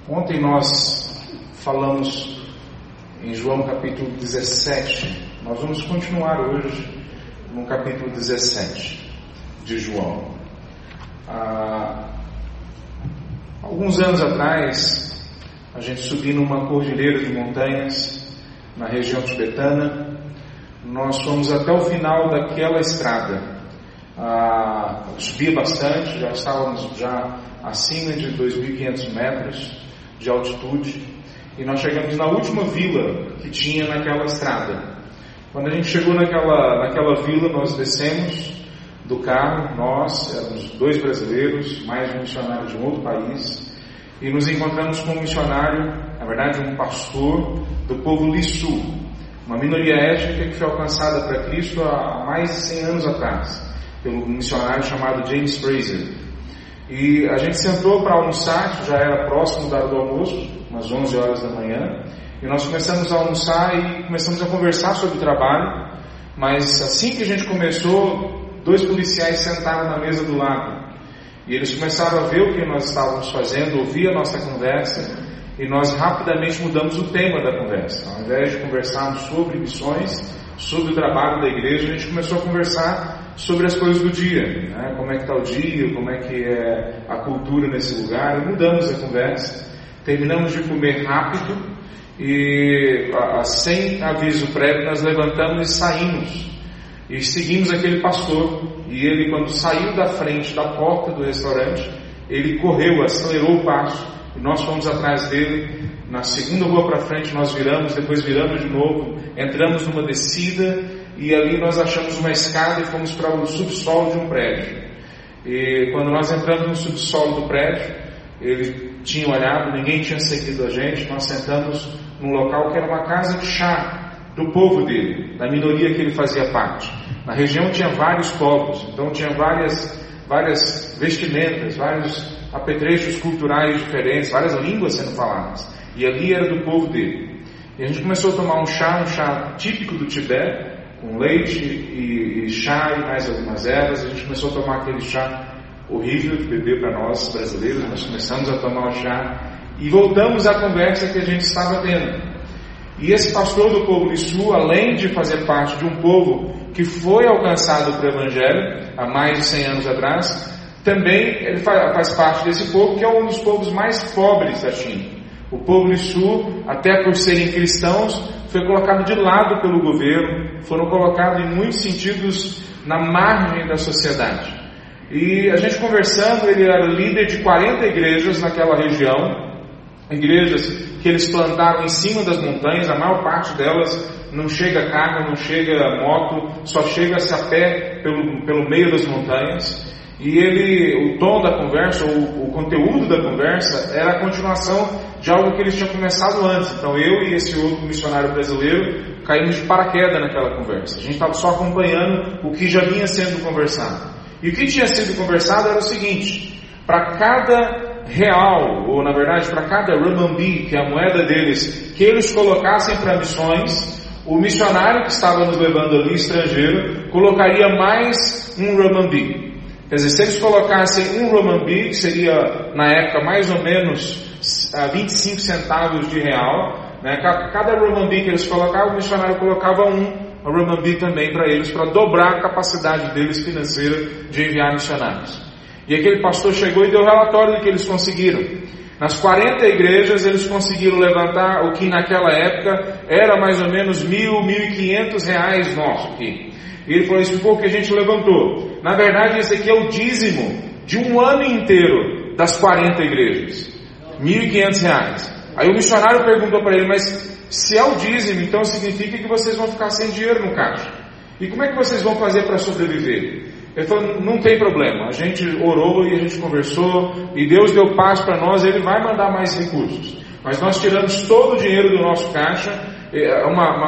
Ontem nós falamos em João capítulo 17. Nós vamos continuar hoje no capítulo 17 de João. Alguns anos atrás, a gente subiu numa cordilheira de montanhas na região tibetana. Nós fomos até o final daquela estrada. Subia bastante, já estávamos acima de 2.500 metros de altitude, e nós chegamos na última vila que tinha naquela estrada. Quando a gente chegou naquela vila, nós descemos do carro, nós éramos 2 brasileiros, mais um missionário de um outro país, e nos encontramos com um missionário, na verdade um pastor do povo Lisu, uma minoria étnica que foi alcançada para Cristo há mais de 100 anos atrás, pelo missionário chamado James Fraser. E a gente sentou para almoçar, já era próximo da hora do almoço, umas 11 horas da manhã, e nós começamos a almoçar e começamos a conversar sobre o trabalho. Mas assim que a gente começou, 2 policiais sentaram na mesa do lado, e eles começaram a ver o que nós estávamos fazendo, ouvir a nossa conversa, e nós rapidamente mudamos o tema da conversa. Ao invés de conversarmos sobre missões, sobre o trabalho da igreja, a gente começou a conversar sobre as coisas do dia, né? Como é que está o dia, como é que é a cultura nesse lugar, e mudamos a conversa. Terminamos de comer rápido e, sem aviso prévio, nós levantamos e saímos e seguimos aquele pastor. E ele, quando saiu da frente da porta do restaurante, ele correu, acelerou o passo, e nós fomos atrás dele. Na segunda rua para frente nós viramos, depois viramos de novo, entramos numa descida, e ali nós achamos uma escada e fomos para o subsolo de um prédio. E quando nós entramos no subsolo do prédio, ele tinha olhado, ninguém tinha seguido a gente. Nós sentamos num local que era uma casa de chá do povo dele, da minoria que ele fazia parte. Na região tinha vários povos, então tinha várias vestimentas, vários apetrechos culturais diferentes, várias línguas sendo faladas, e ali era do povo dele. E a gente começou a tomar um chá típico do Tibete, com leite e chá e mais algumas ervas. A gente começou a tomar aquele chá horrível de beber para nós brasileiros. Nós começamos a tomar o chá e voltamos à conversa que a gente estava tendo. E esse pastor do povo Lisu, além de fazer parte de um povo que foi alcançado pelo Evangelho há mais de 100 anos atrás, também ele faz parte desse povo que é um dos povos mais pobres da China. O povo Lisu, até por serem cristãos, foi colocado de lado pelo governo, foram colocados em muitos sentidos na margem da sociedade. E a gente conversando, ele era líder de 40 igrejas naquela região, igrejas que eles plantaram em cima das montanhas. A maior parte delas não chega carro, não chega moto, só chega-se a pé pelo meio das montanhas. E o tom da conversa, o conteúdo da conversa, era a continuação de algo que eles tinham começado antes. Então eu e esse outro missionário brasileiro caímos de paraquedas naquela conversa. A gente estava só acompanhando o que já vinha sendo conversado. E o que tinha sido conversado era o seguinte: para cada real, ou na verdade para cada renminbi, que é a moeda deles, que eles colocassem para missões, o missionário que estava nos levando ali, estrangeiro, colocaria mais um renminbi. Quer dizer, se eles colocassem um renminbi, que seria na época mais ou menos 25 centavos de real, né? Cada renminbi que eles colocavam, o missionário colocava um renminbi também para eles, para dobrar a capacidade deles financeira de enviar missionários. E aquele pastor chegou e deu relatório do que eles conseguiram. Nas 40 igrejas eles conseguiram levantar o que naquela época era mais ou menos 1.500 reais nosso aqui. E ele falou: isso foi o que a gente levantou. Na verdade, esse aqui é o dízimo de um ano inteiro das 40 igrejas. 1.500 reais. Aí o missionário perguntou para ele: mas se é o dízimo, então significa que vocês vão ficar sem dinheiro no caixa. E como é que vocês vão fazer para sobreviver? Ele falou: não tem problema. A gente orou e a gente conversou, e Deus deu paz para nós, Ele vai mandar mais recursos. Mas nós tiramos todo o dinheiro do nosso caixa. É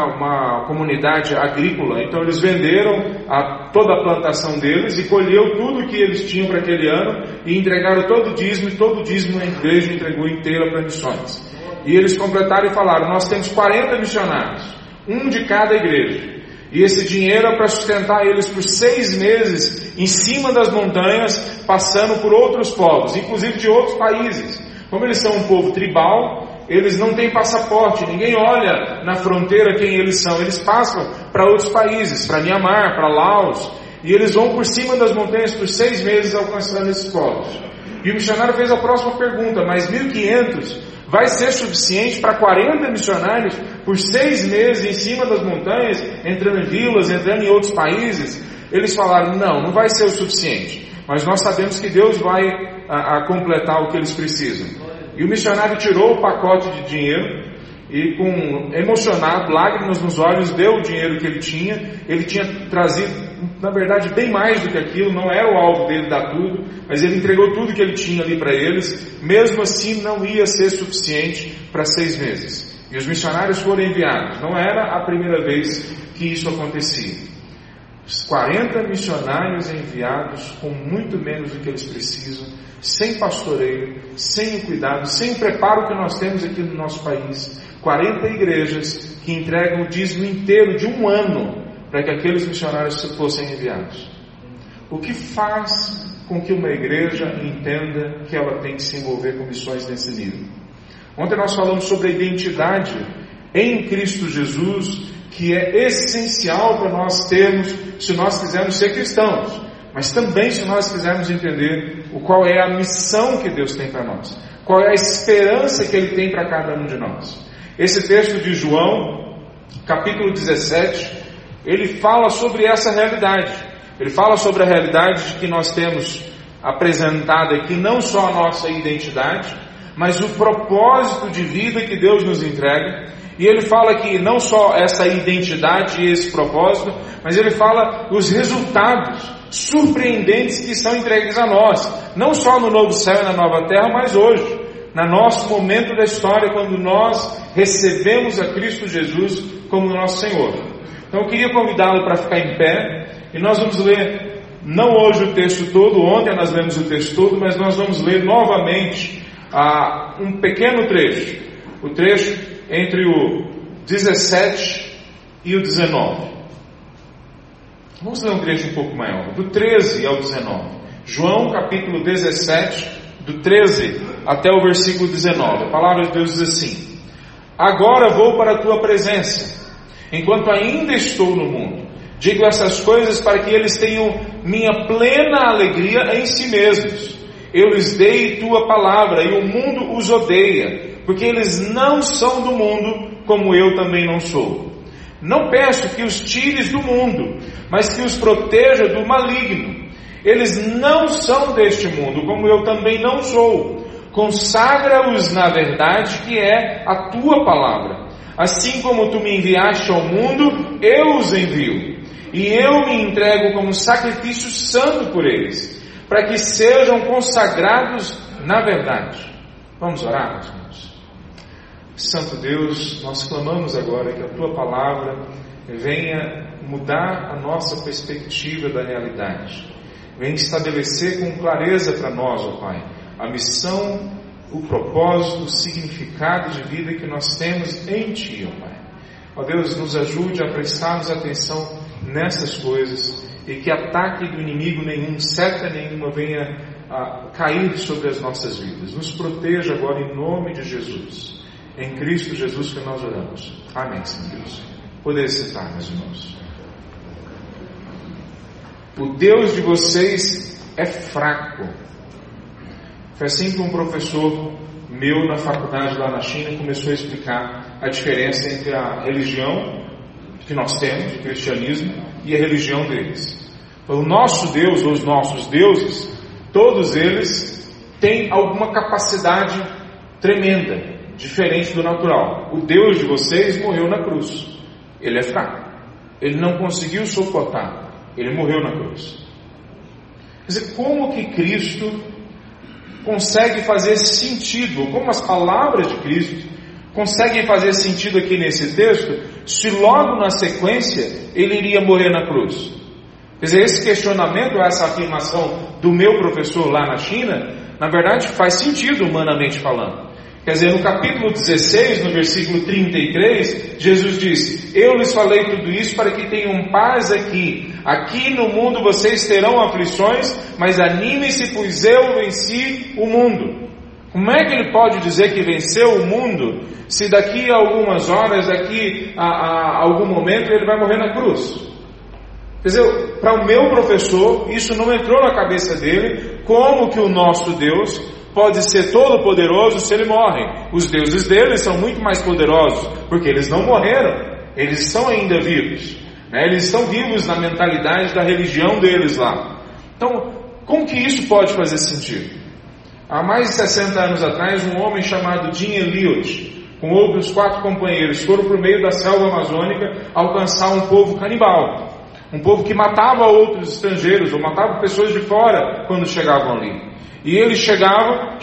uma comunidade agrícola, então eles venderam toda a plantação deles e colheu tudo o que eles tinham para aquele ano e entregaram todo o dízimo, e todo o dízimo a igreja entregou inteira para missões. E eles completaram e falaram: nós temos 40 missionários, um de cada igreja, e esse dinheiro é para sustentar eles por 6 meses em cima das montanhas, passando por outros povos, inclusive de outros países. Como eles são um povo tribal, eles não têm passaporte, ninguém olha na fronteira quem eles são. Eles passam para outros países, para Myanmar, para Laos, e eles vão por cima das montanhas por 6 meses alcançando esses povos. E o missionário fez a próxima pergunta: mas 1.500 vai ser suficiente para 40 missionários por 6 meses em cima das montanhas, entrando em vilas, entrando em outros países? Eles falaram: não vai ser o suficiente, mas nós sabemos que Deus vai completar o que eles precisam. E o missionário tirou o pacote de dinheiro e, emocionado, lágrimas nos olhos, deu o dinheiro que ele tinha. Ele tinha trazido, na verdade, bem mais do que aquilo, não era o alvo dele dar tudo, mas ele entregou tudo que ele tinha ali para eles. Mesmo assim, não ia ser suficiente para 6 meses. E os missionários foram enviados. Não era a primeira vez que isso acontecia. Os 40 missionários enviados com muito menos do que eles precisam, sem pastoreio, sem o cuidado, sem o preparo que nós temos aqui no nosso país. 40 igrejas que entregam o dízimo inteiro de 1 ano para que aqueles missionários fossem enviados. O que faz com que uma igreja entenda que ela tem que se envolver com missões nesse nível? Ontem nós falamos sobre a identidade em Cristo Jesus, que é essencial para nós termos, se nós quisermos ser cristãos, mas também se nós quisermos entender qual é a missão que Deus tem para nós, qual é a esperança que Ele tem para cada um de nós. Esse texto de João, capítulo 17, ele fala sobre essa realidade. Ele fala sobre a realidade de que nós temos apresentado aqui não só a nossa identidade, mas o propósito de vida que Deus nos entrega. E ele fala que não só essa identidade e esse propósito, mas ele fala os resultados surpreendentes que são entregues a nós, não só no novo céu e na nova terra, mas hoje, no nosso momento da história, quando nós recebemos a Cristo Jesus como nosso Senhor. Então eu queria convidá-lo para ficar em pé, e nós vamos ler, não hoje o texto todo, ontem nós lemos o texto todo, mas nós vamos ler novamente um pequeno trecho, o trecho entre o 17 e o 19. Vamos ler um trecho um pouco maior, do 13 ao 19. João capítulo 17, do 13 até o versículo 19. A palavra de Deus diz assim: agora vou para a tua presença, enquanto ainda estou no mundo. Digo essas coisas para que eles tenham minha plena alegria em si mesmos. Eu lhes dei tua palavra e o mundo os odeia, porque eles não são do mundo, como eu também não sou. Não peço que os tires do mundo, mas que os proteja do maligno. Eles não são deste mundo, como eu também não sou. Consagra-os na verdade, que é a tua palavra. Assim como tu me enviaste ao mundo, eu os envio. E eu me entrego como sacrifício santo por eles, para que sejam consagrados na verdade. Vamos orar, meus irmãos. Santo Deus, nós clamamos agora que a tua palavra venha mudar a nossa perspectiva da realidade. Venha estabelecer com clareza para nós, ó Pai, a missão, o propósito, o significado de vida que nós temos em Ti, ó Pai. Ó Deus, nos ajude a prestarmos atenção nessas coisas e que ataque do inimigo nenhum, seta nenhuma venha a cair sobre as nossas vidas. Nos proteja agora em nome de Jesus. Em Cristo Jesus que nós oramos. Amém, Senhor Deus. Poder citar, meus irmãos. O Deus de vocês é fraco. Foi assim que um professor meu na faculdade lá na China começou a explicar a diferença entre a religião que nós temos, o cristianismo, e a religião deles. O nosso Deus, ou os nossos deuses, todos eles têm alguma capacidade tremenda, diferente do natural. O Deus de vocês morreu na cruz. Ele é fraco. Ele não conseguiu suportar. Ele morreu na cruz. Quer dizer, como que Cristo consegue fazer sentido, como as palavras de Cristo conseguem fazer sentido aqui nesse texto, se logo na sequência ele iria morrer na cruz? Quer dizer, esse questionamento, essa afirmação do meu professor lá na China, na verdade faz sentido humanamente falando. Quer dizer, no capítulo 16, no versículo 33, Jesus diz: eu lhes falei tudo isso para que tenham paz aqui. Aqui no mundo vocês terão aflições, mas animem-se, pois eu venci o mundo. Como é que ele pode dizer que venceu o mundo se daqui a algumas horas, daqui a algum momento ele vai morrer na cruz? Quer dizer, para o meu professor, isso não entrou na cabeça dele, como que o nosso Deus pode ser todo poderoso se ele morre. Os deuses dele são muito mais poderosos, porque eles não morreram, eles estão ainda vivos, né? Eles estão vivos na mentalidade da religião deles lá. Então, como que isso pode fazer sentido? Há mais de 60 anos atrás, um homem chamado Jim Elliot, com outros 4 companheiros, foram por meio da selva amazônica alcançar um povo canibal. Um povo que matava outros estrangeiros, ou matava pessoas de fora quando chegavam ali. E eles chegaram,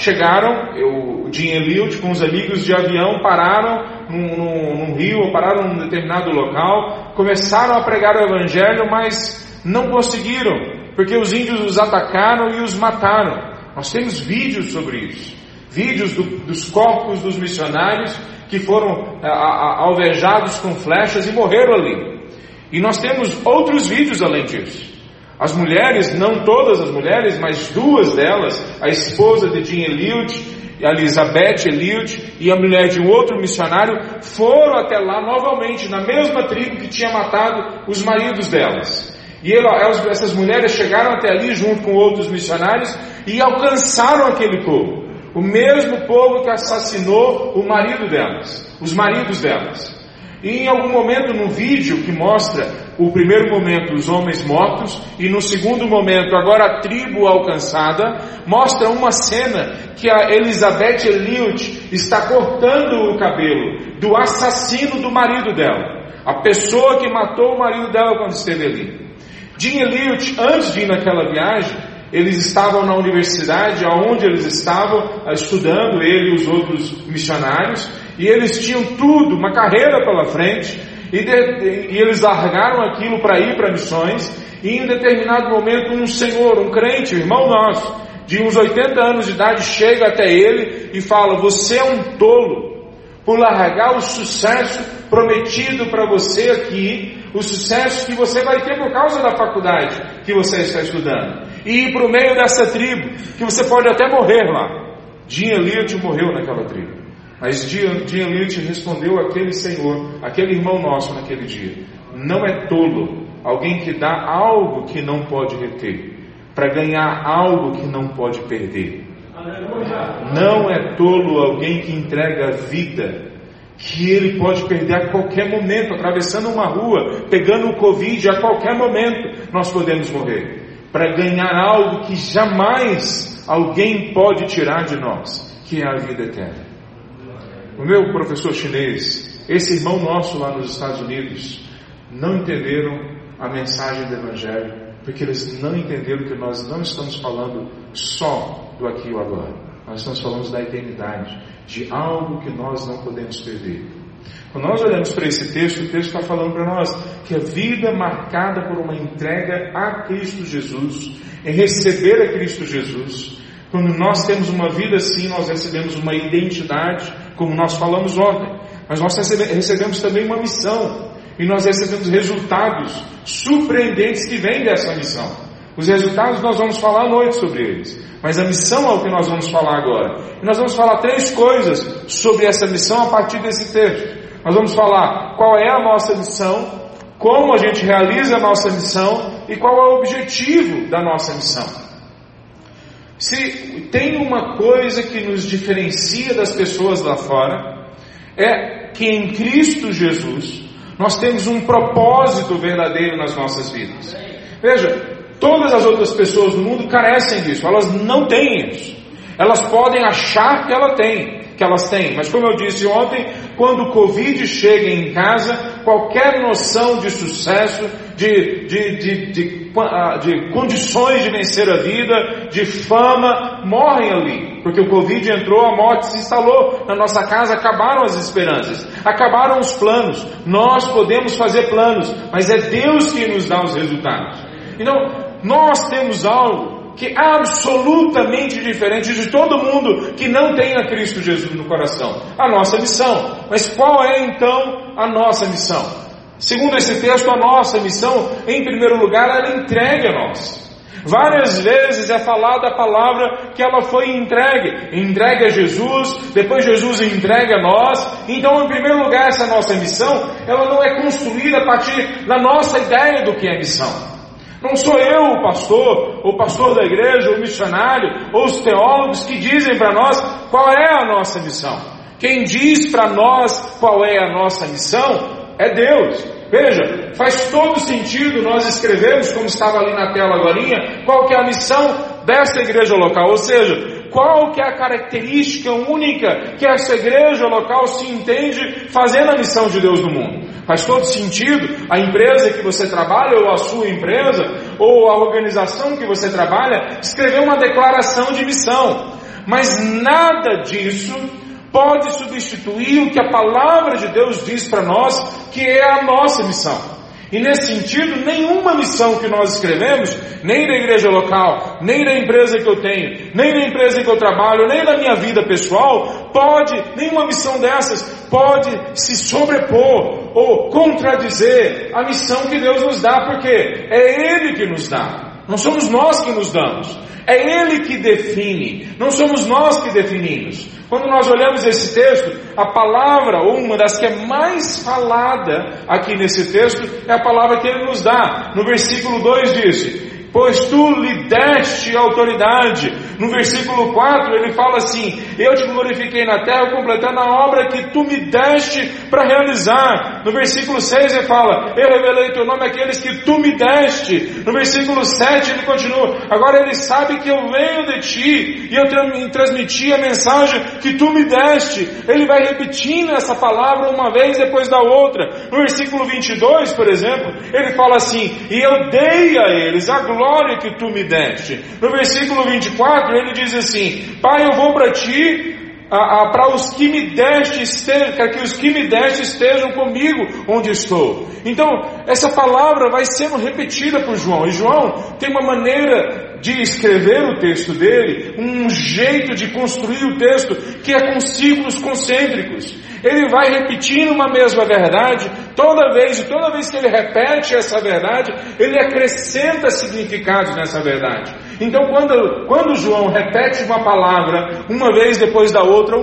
o Jim Elliot com os amigos de avião pararam num rio, ou pararam num determinado local, começaram a pregar o evangelho, mas não conseguiram, porque os índios os atacaram e os mataram. Nós temos vídeos sobre isso, vídeos dos corpos dos missionários que foram alvejados com flechas e morreram ali. E nós temos outros vídeos além disso. As mulheres, não todas as mulheres, mas 2 delas, a esposa de Jim Elliot, a Elizabeth Elliot e a mulher de um outro missionário, foram até lá novamente, na mesma tribo que tinha matado os maridos delas. E essas mulheres chegaram até ali junto com outros missionários e alcançaram aquele povo. O mesmo povo que assassinou o marido delas, os maridos delas. E em algum momento no vídeo que mostra o primeiro momento os homens mortos e no segundo momento agora a tribo alcançada, mostra uma cena que a Elizabeth Elliot está cortando o cabelo do assassino do marido dela, a pessoa que matou o marido dela quando esteve ali. Jim Elliot, antes de ir naquela viagem, eles estavam na universidade, onde eles estavam estudando, ele e os outros missionários, e eles tinham tudo, uma carreira pela frente, e eles largaram aquilo para ir para missões, e em determinado momento um senhor, um crente, um irmão nosso, de uns 80 anos de idade, chega até ele e fala: você é um tolo, por largar o sucesso prometido para você aqui, o sucesso que você vai ter por causa da faculdade que você está estudando, e ir para o meio dessa tribo, que você pode até morrer lá. Jim Elliot morreu naquela tribo. Mas Jim Elliot respondeu àquele senhor, aquele irmão nosso naquele dia: não é tolo alguém que dá algo que não pode reter, para ganhar algo que não pode perder. Não é tolo alguém que entrega a vida, que ele pode perder a qualquer momento, atravessando uma rua, pegando o Covid, a qualquer momento nós podemos morrer, para ganhar algo que jamais alguém pode tirar de nós, que é a vida eterna. O meu professor chinês, esse irmão nosso lá nos Estados Unidos, não entenderam a mensagem do Evangelho, porque eles não entenderam que nós não estamos falando só do aqui e o agora. Nós estamos falando da eternidade, de algo que nós não podemos perder. Quando nós olhamos para esse texto, o texto está falando para nós que a vida marcada por uma entrega a Cristo Jesus, em receber a Cristo Jesus, quando nós temos uma vida assim, nós recebemos uma identidade, como nós falamos ontem, mas nós recebemos também uma missão, e nós recebemos resultados surpreendentes que vêm dessa missão. Os resultados nós vamos falar à noite sobre eles, mas a missão é o que nós vamos falar agora. E nós vamos falar 3 coisas sobre essa missão a partir desse texto. Nós vamos falar qual é a nossa missão, como a gente realiza a nossa missão e qual é o objetivo da nossa missão. Se tem uma coisa que nos diferencia das pessoas lá fora, é que em Cristo Jesus nós temos um propósito verdadeiro nas nossas vidas. Veja, todas as outras pessoas do mundo carecem disso, elas não têm isso. Elas podem achar que elas têm, mas como eu disse ontem, quando o Covid chega em casa, qualquer noção de sucesso, de condições de vencer a vida, de fama, morrem ali, porque o Covid entrou, a morte se instalou na nossa casa, acabaram as esperanças, acabaram os planos. Nós podemos fazer planos, mas é Deus que nos dá os resultados. Então, nós temos algo que é absolutamente diferente de todo mundo que não tem a Cristo Jesus no coração: a nossa missão. Mas qual é então a nossa missão? Segundo esse texto, a nossa missão, em primeiro lugar, ela é entregue a nós. Várias vezes é falada a palavra que ela foi entregue a Jesus, depois Jesus entrega a nós. Então, em primeiro lugar, essa nossa missão, ela não é construída a partir da nossa ideia do que é missão. Não sou eu o pastor da igreja, o missionário, ou os teólogos que dizem para nós qual é a nossa missão. Quem diz para nós qual é a nossa missão é Deus. Veja, faz todo sentido nós escrevermos, como estava ali na tela agorinha, qual que é a missão desta igreja local, ou seja, qual que é a característica única que essa igreja local se entende fazendo a missão de Deus no mundo. Faz todo sentido a empresa que você trabalha, ou a sua empresa, ou a organização que você trabalha, escrever uma declaração de missão, mas nada disso pode substituir o que a palavra de Deus diz para nós, que é a nossa missão. E nesse sentido, nenhuma missão que nós escrevemos, nem da igreja local, nem da empresa que eu tenho, nem da empresa que eu trabalho, nem da minha vida pessoal, nenhuma missão dessas pode se sobrepor ou contradizer a missão que Deus nos dá, porque é Ele que nos dá. Não somos nós que nos damos. É Ele que define, não somos nós que definimos. Quando nós olhamos esse texto, a palavra, ou uma das que é mais falada aqui nesse texto, é a palavra que Ele nos dá. No versículo 2 diz: pois tu lhe deste autoridade. No versículo 4 ele fala assim: eu te glorifiquei na terra, completando a obra que tu me deste para realizar. No versículo 6 ele fala: eu revelei teu nome àqueles que tu me deste. No versículo 7 ele continua: agora ele sabe que eu venho de ti, e eu transmiti a mensagem que tu me deste. Ele vai repetindo essa palavra uma vez depois da outra. No versículo 22, por exemplo, ele fala assim: e eu dei a eles a glória que tu me deste. No versículo 24 ele diz assim: Pai, eu vou para ti, para os que me deste estejam, para que os que me deste estejam comigo onde estou. Então essa palavra vai sendo repetida por João, e João tem uma maneira de escrever o texto dele, um jeito de construir o texto que é com círculos concêntricos. Ele vai repetindo uma mesma verdade toda vez, e toda vez que ele repete essa verdade, ele acrescenta significados nessa verdade. Então quando João repete uma palavra uma vez depois da outra,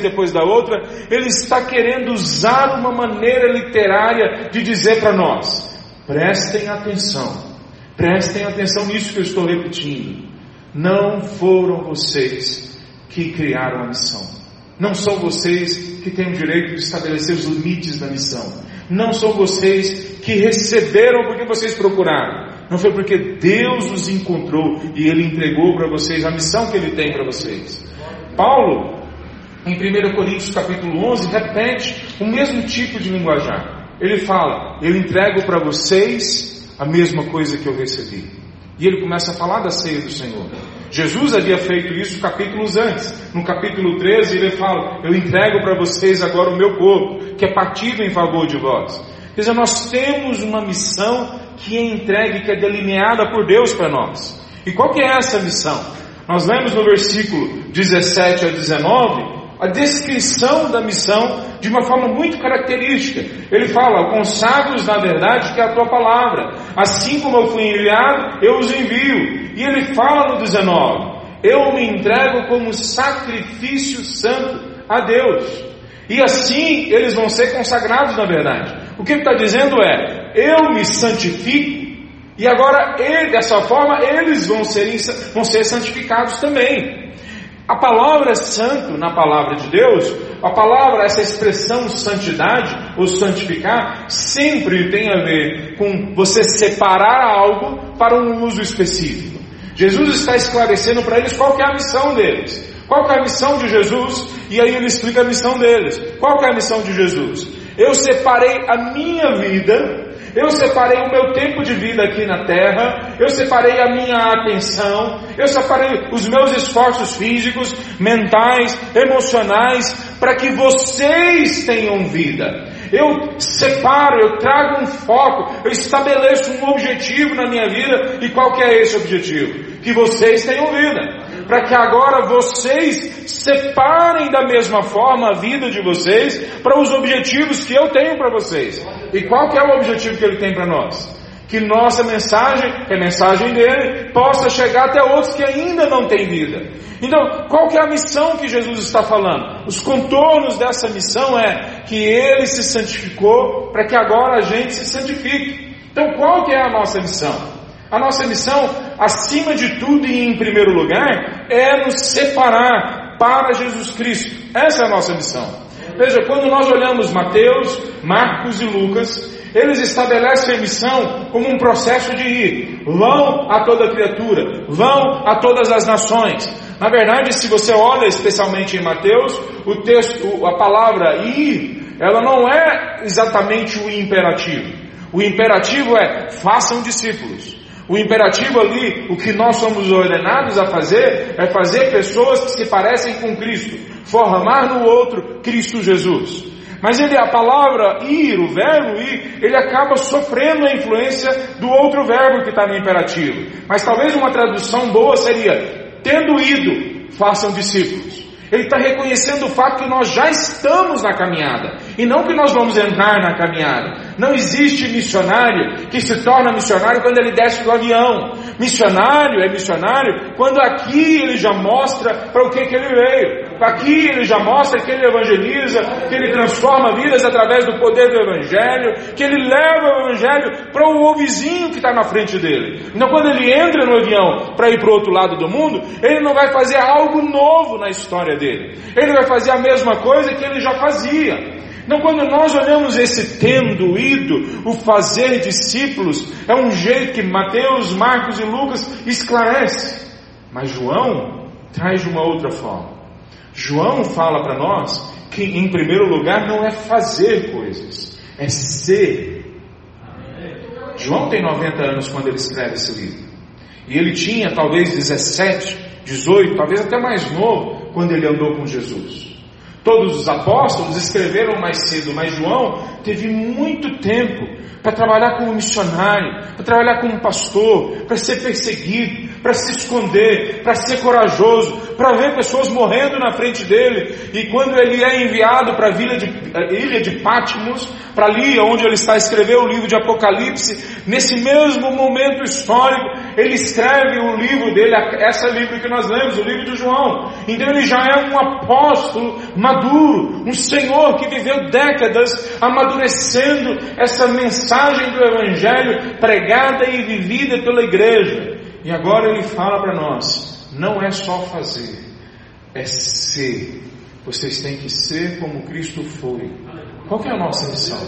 ele está querendo usar uma maneira literária de dizer para nós: prestem atenção nisso que eu estou repetindo. Não foram vocês que criaram a missão. Não são vocês que têm o direito de estabelecer os limites da missão. Não são vocês que receberam porque vocês procuraram. Não foi porque Deus os encontrou e Ele entregou para vocês a missão que Ele tem para vocês. Paulo, em 1 Coríntios capítulo 11, repete o mesmo tipo de linguajar. Ele fala: eu entrego para vocês a mesma coisa que eu recebi. E ele começa a falar da ceia do Senhor. Jesus havia feito isso capítulos antes. No capítulo 13 ele fala: eu entrego para vocês agora o meu corpo, que é partido em favor de vós. Quer dizer, nós temos uma missão que é entregue, que é delineada por Deus para nós. E qual que é essa missão? Nós lemos no versículo 17 a 19 a descrição da missão de uma forma muito característica. Ele fala: consagros na verdade que é a tua palavra, assim como eu fui enviado, eu os envio. E ele fala no 19: eu me entrego como sacrifício santo a Deus, e assim eles vão ser consagrados na verdade. O que ele está dizendo é: eu me santifico, e agora dessa forma eles vão ser santificados também. A palavra santo na palavra de Deus, essa expressão santidade ou santificar, sempre tem a ver com você separar algo para um uso específico. Jesus está esclarecendo para eles qual que é a missão deles. Qual que é a missão de Jesus? E aí ele explica a missão deles. Qual que é a missão de Jesus? Eu separei a minha vida, eu separei o meu tempo de vida aqui na terra, eu separei a minha atenção, eu separei os meus esforços físicos, mentais, emocionais, para que vocês tenham vida. Eu separo, eu trago um foco, eu estabeleço um objetivo na minha vida. E qual que é esse objetivo? Que vocês tenham vida, para que agora vocês separem da mesma forma a vida de vocês para os objetivos que eu tenho para vocês. E qual que é o objetivo que Ele tem para nós? que nossa mensagem, que a mensagem dele, possa chegar até outros que ainda não têm vida. Então, qual que é a missão que Jesus está falando? Os contornos dessa missão é que ele se santificou para que agora a gente se santifique. Então, qual que é a nossa missão? A nossa missão, acima de tudo e em primeiro lugar, é nos separar para Jesus Cristo. Essa é a nossa missão. Veja, quando nós olhamos Mateus, Marcos e Lucas, eles estabelecem a missão como um processo de ir. Vão a toda criatura, vão a todas as nações. Na verdade, se você olha especialmente em Mateus, o texto, a palavra ir, ela não é exatamente o imperativo. O imperativo é, façam discípulos. O imperativo ali, o que nós somos ordenados a fazer, é fazer pessoas que se parecem com Cristo, formar no outro Cristo Jesus. Mas a palavra ir, o verbo ir, ele acaba sofrendo a influência do outro verbo que está no imperativo. Mas talvez uma tradução boa seria, tendo ido, façam discípulos. Ele está reconhecendo o fato que nós já estamos na caminhada, e não que nós vamos entrar na caminhada. Não existe missionário que se torna missionário quando ele desce do avião. Missionário é missionário quando aqui ele já mostra para o que ele veio. Aqui ele já mostra que ele evangeliza, que ele transforma vidas através do poder do Evangelho, que ele leva o Evangelho para o vizinho que está na frente dele. Então quando ele entra no avião para ir para o outro lado do mundo, ele não vai fazer algo novo na história dele. Ele vai fazer a mesma coisa que ele já fazia. Então quando nós olhamos esse tendo ido, o fazer discípulos, é um jeito que Mateus, Marcos e Lucas esclarece. Mas João traz de uma outra forma. João fala para nós que em primeiro lugar não é fazer coisas, é ser. João tem 90 anos quando ele escreve esse livro. E ele tinha talvez 17, 18, talvez até mais novo, quando ele andou com Jesus. Todos os apóstolos escreveram mais cedo, mas João teve muito tempo para trabalhar como missionário, para trabalhar como pastor, para ser perseguido, para se esconder, para ser corajoso, para ver pessoas morrendo na frente dele. E quando ele é enviado para a ilha de Patmos, para ali onde ele está a escrever o livro de Apocalipse, nesse mesmo momento histórico, ele escreve o livro dele, esse livro que nós lemos, o livro de João. Então ele já é um apóstolo maduro, um senhor que viveu décadas amadurecendo essa mensagem do Evangelho pregada e vivida pela igreja. E agora ele fala para nós, não é só fazer, é ser. Vocês têm que ser como Cristo foi. Qual que é a nossa missão?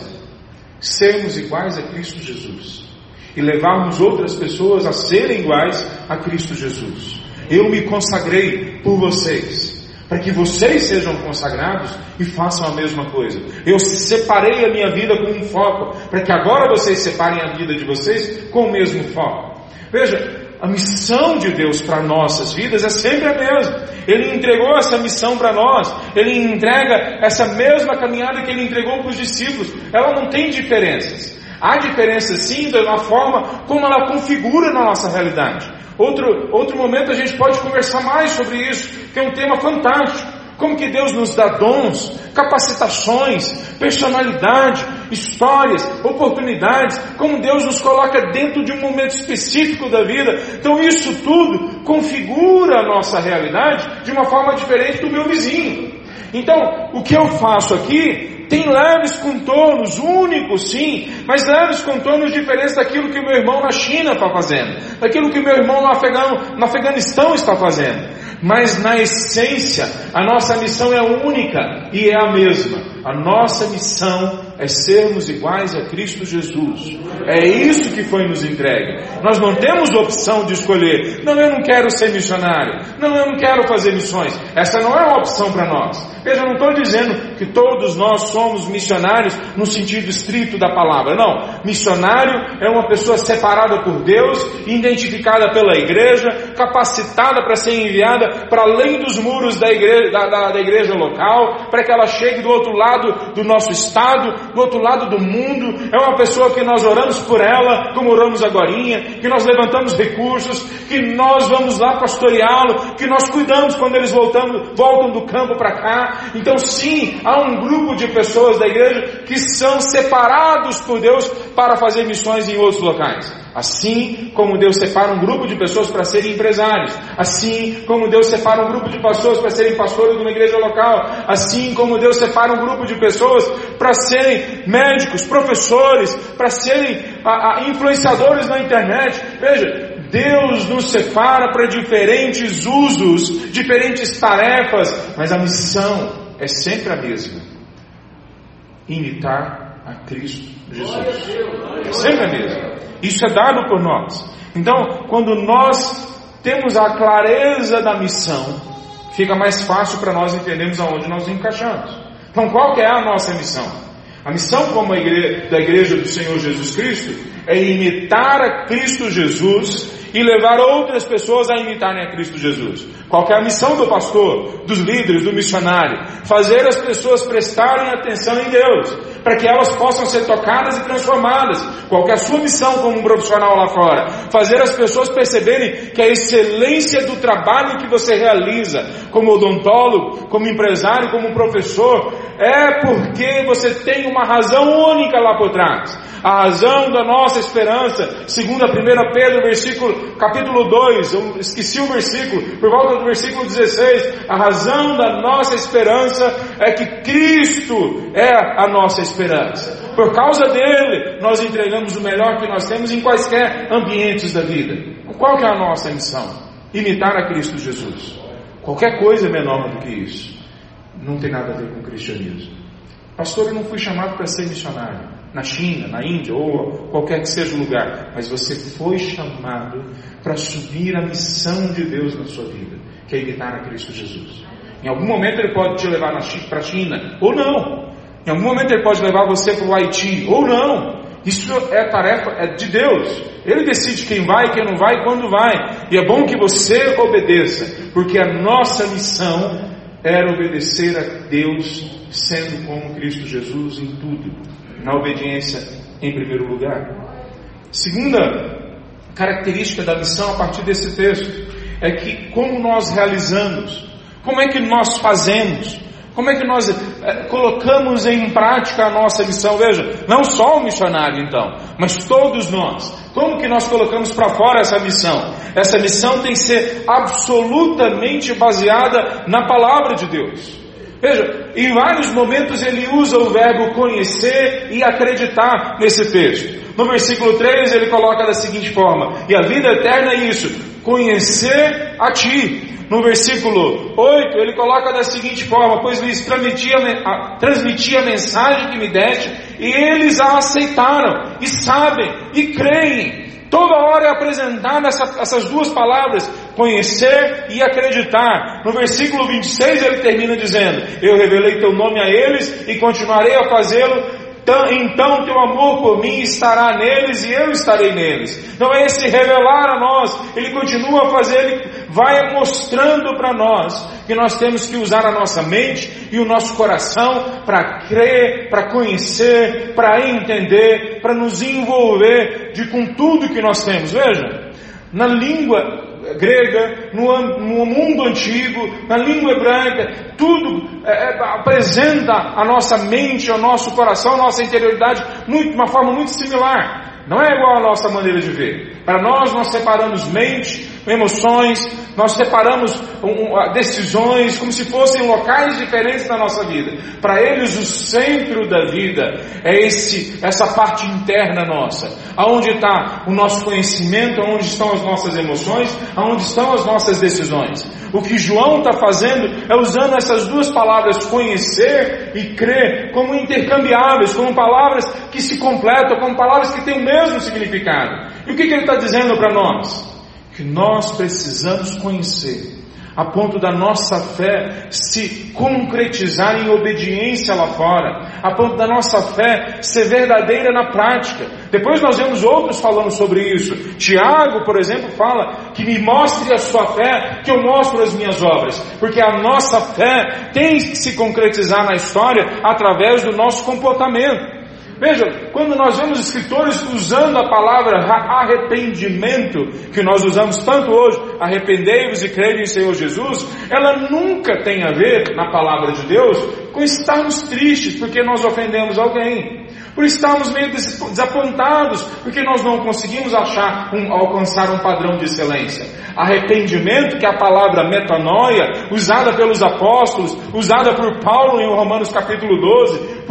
Sermos iguais a Cristo Jesus e levarmos outras pessoas a serem iguais a Cristo Jesus. Eu me consagrei por vocês, para que vocês sejam consagrados e façam a mesma coisa. Eu separei a minha vida com um foco, para que agora vocês separem a vida de vocês com o mesmo foco. Veja, a missão de Deus para nossas vidas é sempre a mesma. Ele entregou essa missão para nós. Ele entrega essa mesma caminhada que ele entregou para os discípulos. Ela não tem diferenças. Há diferença sim da forma como ela configura na nossa realidade. Outro momento a gente pode conversar mais sobre isso, que é um tema fantástico. Como que Deus nos dá dons, capacitações, personalidade, histórias, oportunidades, como Deus nos coloca dentro de um momento específico da vida. Então isso tudo configura a nossa realidade de uma forma diferente do meu vizinho. Então, o que eu faço aqui tem leves contornos, únicos sim, mas leves contornos diferentes daquilo que meu irmão na China está fazendo, daquilo que meu irmão no Afeganistão está fazendo. Mas na essência, a nossa missão é única e é a mesma. A nossa missão é sermos iguais a Cristo Jesus. É isso que foi nos entregue. Nós não temos opção de escolher. Não, eu não quero ser missionário. Não, eu não quero fazer missões. Essa não é uma opção para nós. Veja, eu não estou dizendo que todos nós somos missionários no sentido estrito da palavra. Não. Missionário é uma pessoa separada por Deus, identificada pela igreja, capacitada para ser enviada para além dos muros da igreja local, para que ela chegue do outro lado do nosso estado, do outro lado do mundo, é uma pessoa que nós oramos por ela, como oramos agorinha, que nós levantamos recursos, que nós vamos lá pastoreá-lo, que nós cuidamos quando eles voltam do campo para cá. Então sim, há um grupo de pessoas da igreja que são separados por Deus para fazer missões em outros locais. Assim como Deus separa um grupo de pessoas para serem empresários, assim como Deus separa um grupo de pessoas para serem pastores de uma igreja local, assim como Deus separa um grupo de pessoas para serem médicos, professores, para serem influenciadores na internet. Veja, Deus nos separa para diferentes usos, diferentes tarefas, mas a missão é sempre a mesma: imitar a Cristo Jesus. É sempre a mesma. Isso é dado por nós. Então, quando nós temos a clareza da missão, fica mais fácil para nós entendermos aonde nós encaixamos. Então, qual que é a nossa missão? A missão como da igreja do Senhor Jesus Cristo é imitar a Cristo Jesus e levar outras pessoas a imitarem a Cristo Jesus. Qual que é a missão do pastor, dos líderes, do missionário? Fazer as pessoas prestarem atenção em Deus, para que elas possam ser tocadas e transformadas. Qual que é a sua missão como um profissional lá fora? Fazer as pessoas perceberem que a excelência do trabalho que você realiza, como odontólogo, como empresário, como professor, é porque você tem uma razão única lá por trás. A razão da nossa esperança, segundo a 1 Pedro, capítulo 2, eu esqueci o versículo, por volta do versículo 16, a razão da nossa esperança é que Cristo é a nossa esperança. Por causa dele, nós entregamos o melhor que nós temos em quaisquer ambientes da vida. Qual que é a nossa missão? Imitar a Cristo Jesus. Qualquer coisa menor do que isso não tem nada a ver com o cristianismo. Pastor, eu não fui chamado para ser missionário na China, na Índia ou qualquer que seja o lugar, mas você foi chamado para assumir a missão de Deus na sua vida, que é imitar a Cristo Jesus. Em algum momento ele pode te levar para a China, ou não. Em algum momento ele pode levar você para o Haiti, ou não. Isso é tarefa de Deus. Ele decide quem vai, quem não vai, quando vai. E é bom que você obedeça, porque a nossa missão era obedecer a Deus, sendo como Cristo Jesus em tudo, na obediência em primeiro lugar. Segunda característica da missão a partir desse texto é que como nós realizamos, como é que nós fazemos, como é que nós colocamos em prática a nossa missão. Veja, não só o missionário então, mas todos nós. Como que nós colocamos para fora essa missão? Essa missão tem que ser absolutamente baseada na palavra de Deus. Veja, em vários momentos ele usa o verbo conhecer e acreditar nesse texto. No versículo 3 ele coloca da seguinte forma: e a vida eterna é isso, conhecer a ti. No versículo 8 ele coloca da seguinte forma: pois lhes transmiti a mensagem que me deste, e eles a aceitaram, e sabem, e creem. Toda hora é apresentada essas duas palavras, conhecer e acreditar. No versículo 26 ele termina dizendo: eu revelei teu nome a eles e continuarei a fazê-lo. Então teu amor por mim estará neles e eu estarei neles. Então é esse revelar a nós. Ele continua a fazer, ele vai mostrando para nós que nós temos que usar a nossa mente e o nosso coração para crer, para conhecer, para entender, para nos envolver com tudo que nós temos. Veja, na língua grega, no mundo antigo, na língua hebraica, tudo apresenta a nossa mente, o nosso coração, a nossa interioridade de uma forma muito similar. Não é igual a nossa maneira de ver. Para nós separamos mente, emoções, nós separamos decisões como se fossem locais diferentes da nossa vida. Para eles o centro da vida é essa parte interna nossa, aonde está o nosso conhecimento, aonde estão as nossas emoções, aonde estão as nossas decisões. O que João está fazendo é usando essas duas palavras, conhecer e crer, como intercambiáveis, como palavras que se completam, como palavras que têm o mesmo significado. E o que ele está dizendo para nós? Que nós precisamos conhecer, a ponto da nossa fé se concretizar em obediência lá fora, a ponto da nossa fé ser verdadeira na prática. Depois nós vemos outros falando sobre isso. Tiago, por exemplo, fala que me mostre a sua fé, que eu mostro as minhas obras, porque a nossa fé tem que se concretizar na história através do nosso comportamento. Veja, quando nós vemos escritores usando a palavra arrependimento, que nós usamos tanto hoje, arrependei-vos e crede em Senhor Jesus, ela nunca tem a ver, na palavra de Deus, com estarmos tristes porque nós ofendemos alguém, por estarmos meio desapontados porque nós não conseguimos alcançar um padrão de excelência. Arrependimento, que é a palavra metanoia, usada pelos apóstolos, usada por Paulo em Romanos capítulo 12,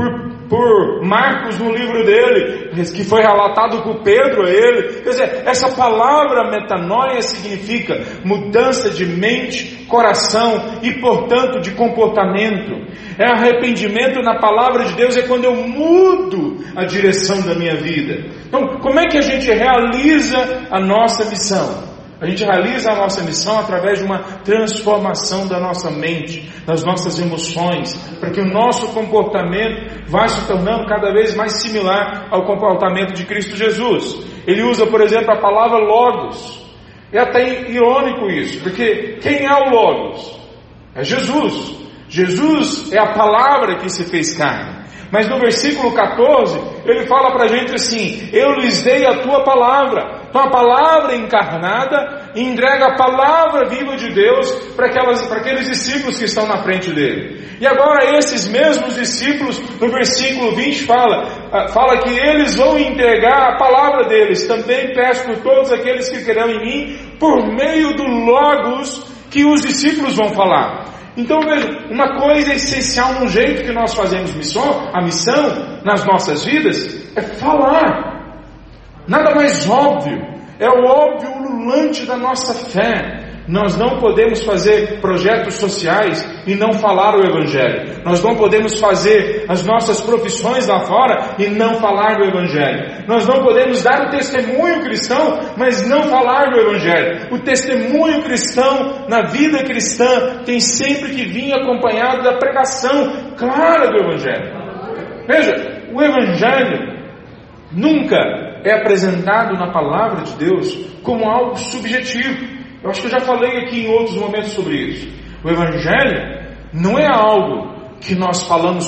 por Marcos no livro dele, que foi relatado por Pedro a ele. Quer dizer, essa palavra metanoia significa mudança de mente, coração e, portanto, de comportamento. Arrependimento na palavra de Deus é quando eu mudo a direção da minha vida. Então, como é que a gente realiza a nossa missão? A gente realiza a nossa missão através de uma transformação da nossa mente, das nossas emoções, para que o nosso comportamento vá se tornando cada vez mais similar ao comportamento de Cristo Jesus. Ele usa, por exemplo, a palavra logos. É até irônico isso, porque quem é o logos? É Jesus. Jesus é a palavra que se fez carne. Mas no versículo 14, ele fala para a gente assim: eu lhes dei a tua palavra. Então a palavra encarnada entrega a palavra viva de Deus para aqueles discípulos que estão na frente dele. E agora esses mesmos discípulos, no versículo 20 fala que eles vão entregar a palavra deles. Também peço por todos aqueles que crerão em mim, por meio do Logos que os discípulos vão falar. Então veja, uma coisa essencial no jeito que nós fazemos a missão nas nossas vidas é falar. Nada mais óbvio, é o óbvio ululante da nossa fé. Nós não podemos fazer projetos sociais e não falar o Evangelho. Nós não podemos fazer as nossas profissões lá fora e não falar do Evangelho. Nós não podemos dar o testemunho cristão, mas não falar do Evangelho. O testemunho cristão na vida cristã tem sempre que vir acompanhado da pregação clara do Evangelho. Veja, o Evangelho nunca é apresentado na palavra de Deus como algo subjetivo. Eu acho que eu já falei aqui em outros momentos sobre isso. O Evangelho não é algo que nós falamos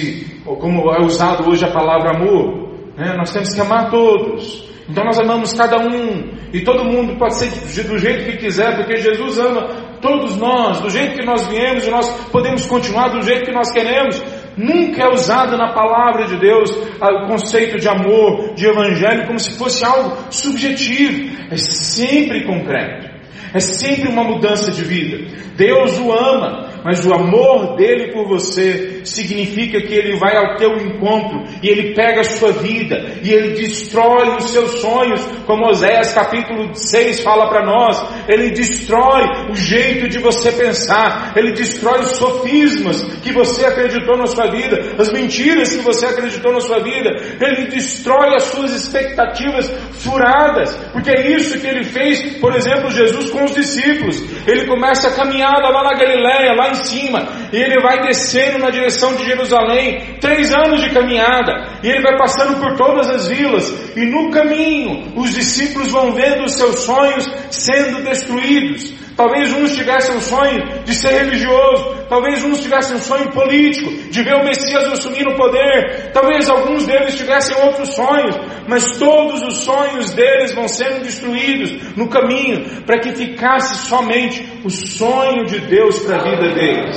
como é usado hoje a palavra amor, né? Nós temos que amar todos. Então nós amamos cada um, e todo mundo pode ser do jeito que quiser, porque Jesus ama todos nós, do jeito que nós viemos, e nós podemos continuar do jeito que nós queremos. Nunca é usado na palavra de Deus o conceito de amor, de evangelho, como se fosse algo subjetivo. É sempre concreto. É sempre uma mudança de vida. Deus o ama, mas o amor dele por você significa que ele vai ao teu encontro e ele pega a sua vida e ele destrói os seus sonhos, como Oséias capítulo 6 fala para nós. Ele destrói o jeito de você pensar, ele destrói os sofismas que você acreditou na sua vida, as mentiras que você acreditou na sua vida. Ele destrói as suas expectativas furadas, porque é isso que ele fez, por exemplo, Jesus com os discípulos. Ele começa a caminhada lá na Galileia, lá em cima, e ele vai descendo na direção de Jerusalém, 3 anos de caminhada, e ele vai passando por todas as vilas, e no caminho os discípulos vão vendo os seus sonhos sendo destruídos. Talvez uns tivessem um sonho de ser religioso, talvez uns tivessem um sonho político, de ver o Messias assumir o poder, talvez alguns deles tivessem outros sonhos, mas todos os sonhos deles vão sendo destruídos no caminho, para que ficasse somente o sonho de Deus para a vida deles.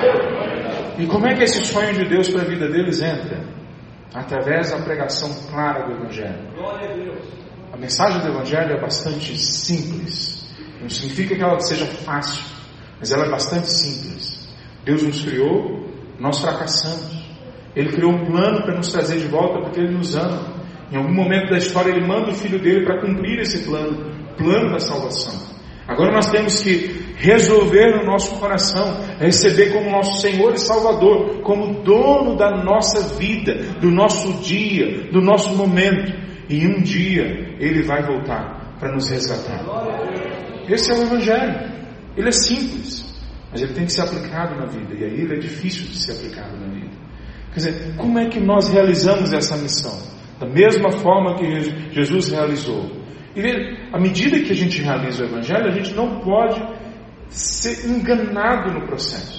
E como é que esse sonho de Deus para a vida deles entra? Através da pregação clara do Evangelho. A mensagem do Evangelho é bastante simples. Não significa que ela seja fácil, mas ela é bastante simples. Deus nos criou, nós fracassamos. Ele criou um plano para nos trazer de volta, porque Ele nos ama. Em algum momento da história Ele manda o Filho dele para cumprir esse plano da salvação. Agora nós temos que resolver no nosso coração, receber como nosso Senhor e Salvador, como dono da nossa vida, do nosso dia, do nosso momento. E um dia Ele vai voltar para nos resgatar. Esse é o Evangelho. Ele é simples, mas ele tem que ser aplicado na vida, e aí ele é difícil de ser aplicado na vida. Quer dizer, como é que nós realizamos essa missão? Da mesma forma que Jesus realizou. E à medida que a gente realiza o Evangelho, a gente não pode ser enganado no processo.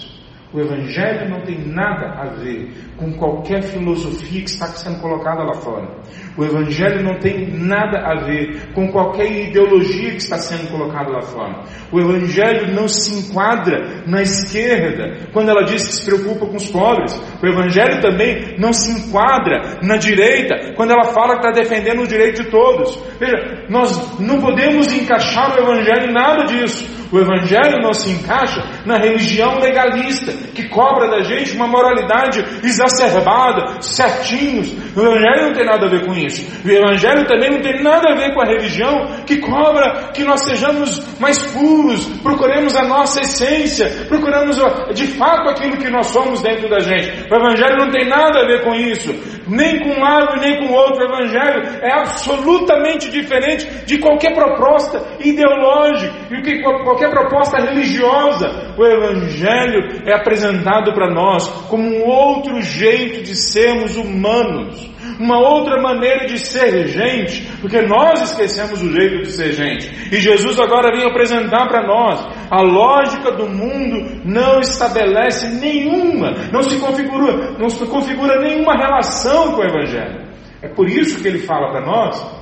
O Evangelho não tem nada a ver com qualquer filosofia que está sendo colocada lá fora. O Evangelho não tem nada a ver com qualquer ideologia que está sendo colocada lá fora. O Evangelho não se enquadra na esquerda quando ela diz que se preocupa com os pobres. O Evangelho também não se enquadra na direita quando ela fala que está defendendo o direito de todos. Veja, nós não podemos encaixar o Evangelho em nada disso. O Evangelho não se encaixa na religião legalista, que cobra da gente uma moralidade exacerbada, certinhos. O Evangelho não tem nada a ver com isso. O Evangelho também não tem nada a ver com a religião que cobra que nós sejamos mais puros, procuremos a nossa essência, procuramos de fato aquilo que nós somos dentro da gente. O Evangelho não tem nada a ver com isso, nem com um lado nem com o outro. O Evangelho é absolutamente diferente de qualquer proposta ideológica, de qualquer proposta religiosa. O Evangelho é apresentado para nós como um outro jeito de sermos humanos, uma outra maneira de ser gente, porque nós esquecemos o jeito de ser gente. E Jesus agora vem apresentar para nós a lógica do mundo não estabelece nenhuma, não se configura nenhuma relação com o Evangelho. É por isso que ele fala para nós,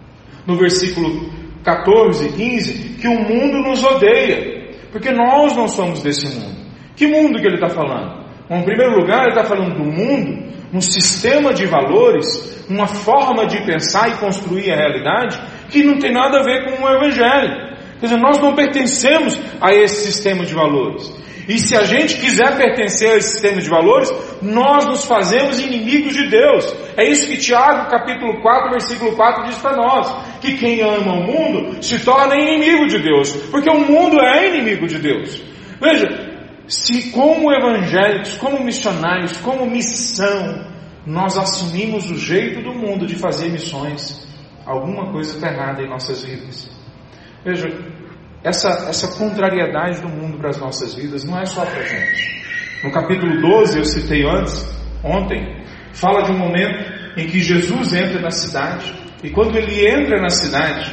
no versículo 14 e 15, que o mundo nos odeia, porque nós não somos desse mundo. Que mundo que ele está falando? Bom, em primeiro lugar, ele está falando do mundo, um sistema de valores, uma forma de pensar e construir a realidade que não tem nada a ver com o Evangelho. Quer dizer, nós não pertencemos a esse sistema de valores. E se a gente quiser pertencer a esse sistema de valores, nós nos fazemos inimigos de Deus. É isso que Tiago, capítulo 4, versículo 4 diz para nós, que quem ama o mundo se torna inimigo de Deus, porque o mundo é inimigo de Deus. Veja, se como evangélicos, como missionários, como missão, nós assumimos o jeito do mundo de fazer missões, alguma coisa está errada em nossas vidas. Veja, essa contrariedade do mundo para as nossas vidas não é só para a gente. No capítulo 12, eu citei ontem, fala de um momento em que Jesus entra na cidade, e quando ele entra na cidade,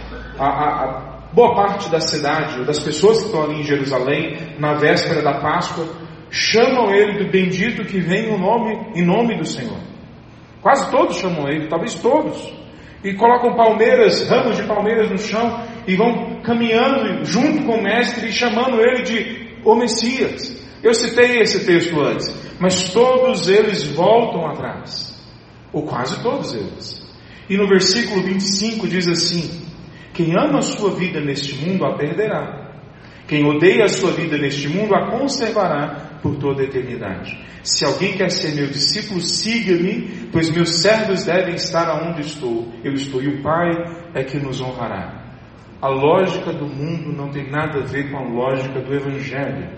a boa parte da cidade, ou das pessoas que estão ali em Jerusalém, na véspera da Páscoa, chamam ele do bendito que vem em nome do Senhor. Quase todos chamam ele, talvez todos, e colocam ramos de palmeiras no chão, e vão caminhando junto com o mestre e chamando ele de o Messias. Eu citei esse texto antes, mas todos eles voltam atrás, ou quase todos eles. E no versículo 25 diz assim: quem ama a sua vida neste mundo a perderá, quem odeia a sua vida neste mundo a conservará por toda a eternidade. Se alguém quer ser meu discípulo, siga-me, pois meus servos devem estar aonde estou, eu estou, e o Pai é que nos honrará. A lógica do mundo não tem nada a ver com a lógica do Evangelho.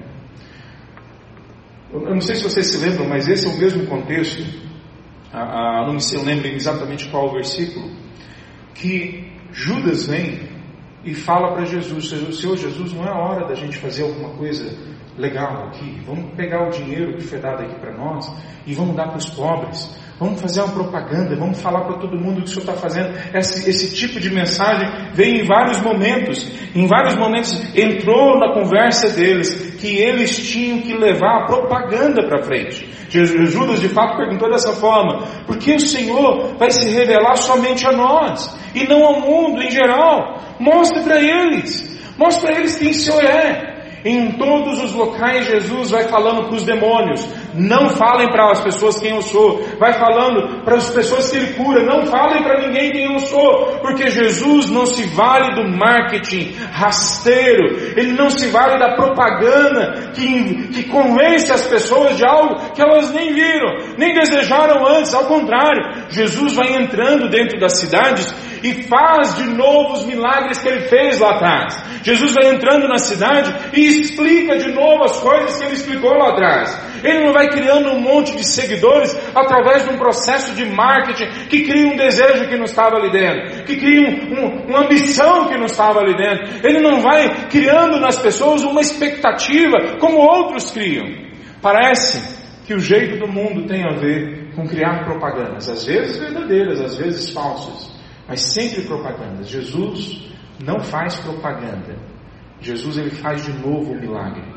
Eu não sei se vocês se lembram, mas esse é o mesmo contexto, não sei, eu lembro exatamente qual o versículo, que Judas vem e fala para Jesus: Senhor Jesus, não é hora da gente fazer alguma coisa legal aqui? Vamos pegar o dinheiro que foi dado aqui para nós e vamos dar para os pobres. Vamos fazer uma propaganda, vamos falar para todo mundo o que o Senhor está fazendo. Esse tipo de mensagem veio em vários momentos. Em vários momentos entrou na conversa deles que eles tinham que levar a propaganda para frente. Judas de fato perguntou dessa forma: por que o Senhor vai se revelar somente a nós e não ao mundo em geral? Mostre para eles quem o Senhor é. Em todos os locais Jesus vai falando para os demônios: não falem para as pessoas quem eu sou. Vai falando para as pessoas que ele cura: não falem para ninguém quem eu sou. Porque Jesus não se vale do marketing rasteiro, ele não se vale da propaganda que convence as pessoas de algo que elas nem viram, nem desejaram antes. Ao contrário, Jesus vai entrando dentro das cidades e faz de novo os milagres que ele fez lá atrás. Jesus vai entrando na cidade e explica de novo as coisas que ele explicou lá atrás. Ele não vai criando um monte de seguidores através de um processo de marketing que cria um desejo que não estava ali dentro, que cria uma ambição que não estava ali dentro. Ele não vai criando nas pessoas uma expectativa como outros criam. Parece que o jeito do mundo tem a ver com criar propagandas, às vezes verdadeiras, às vezes falsas, mas sempre propagandas. Jesus não faz propaganda. Jesus ele faz de novo o milagre.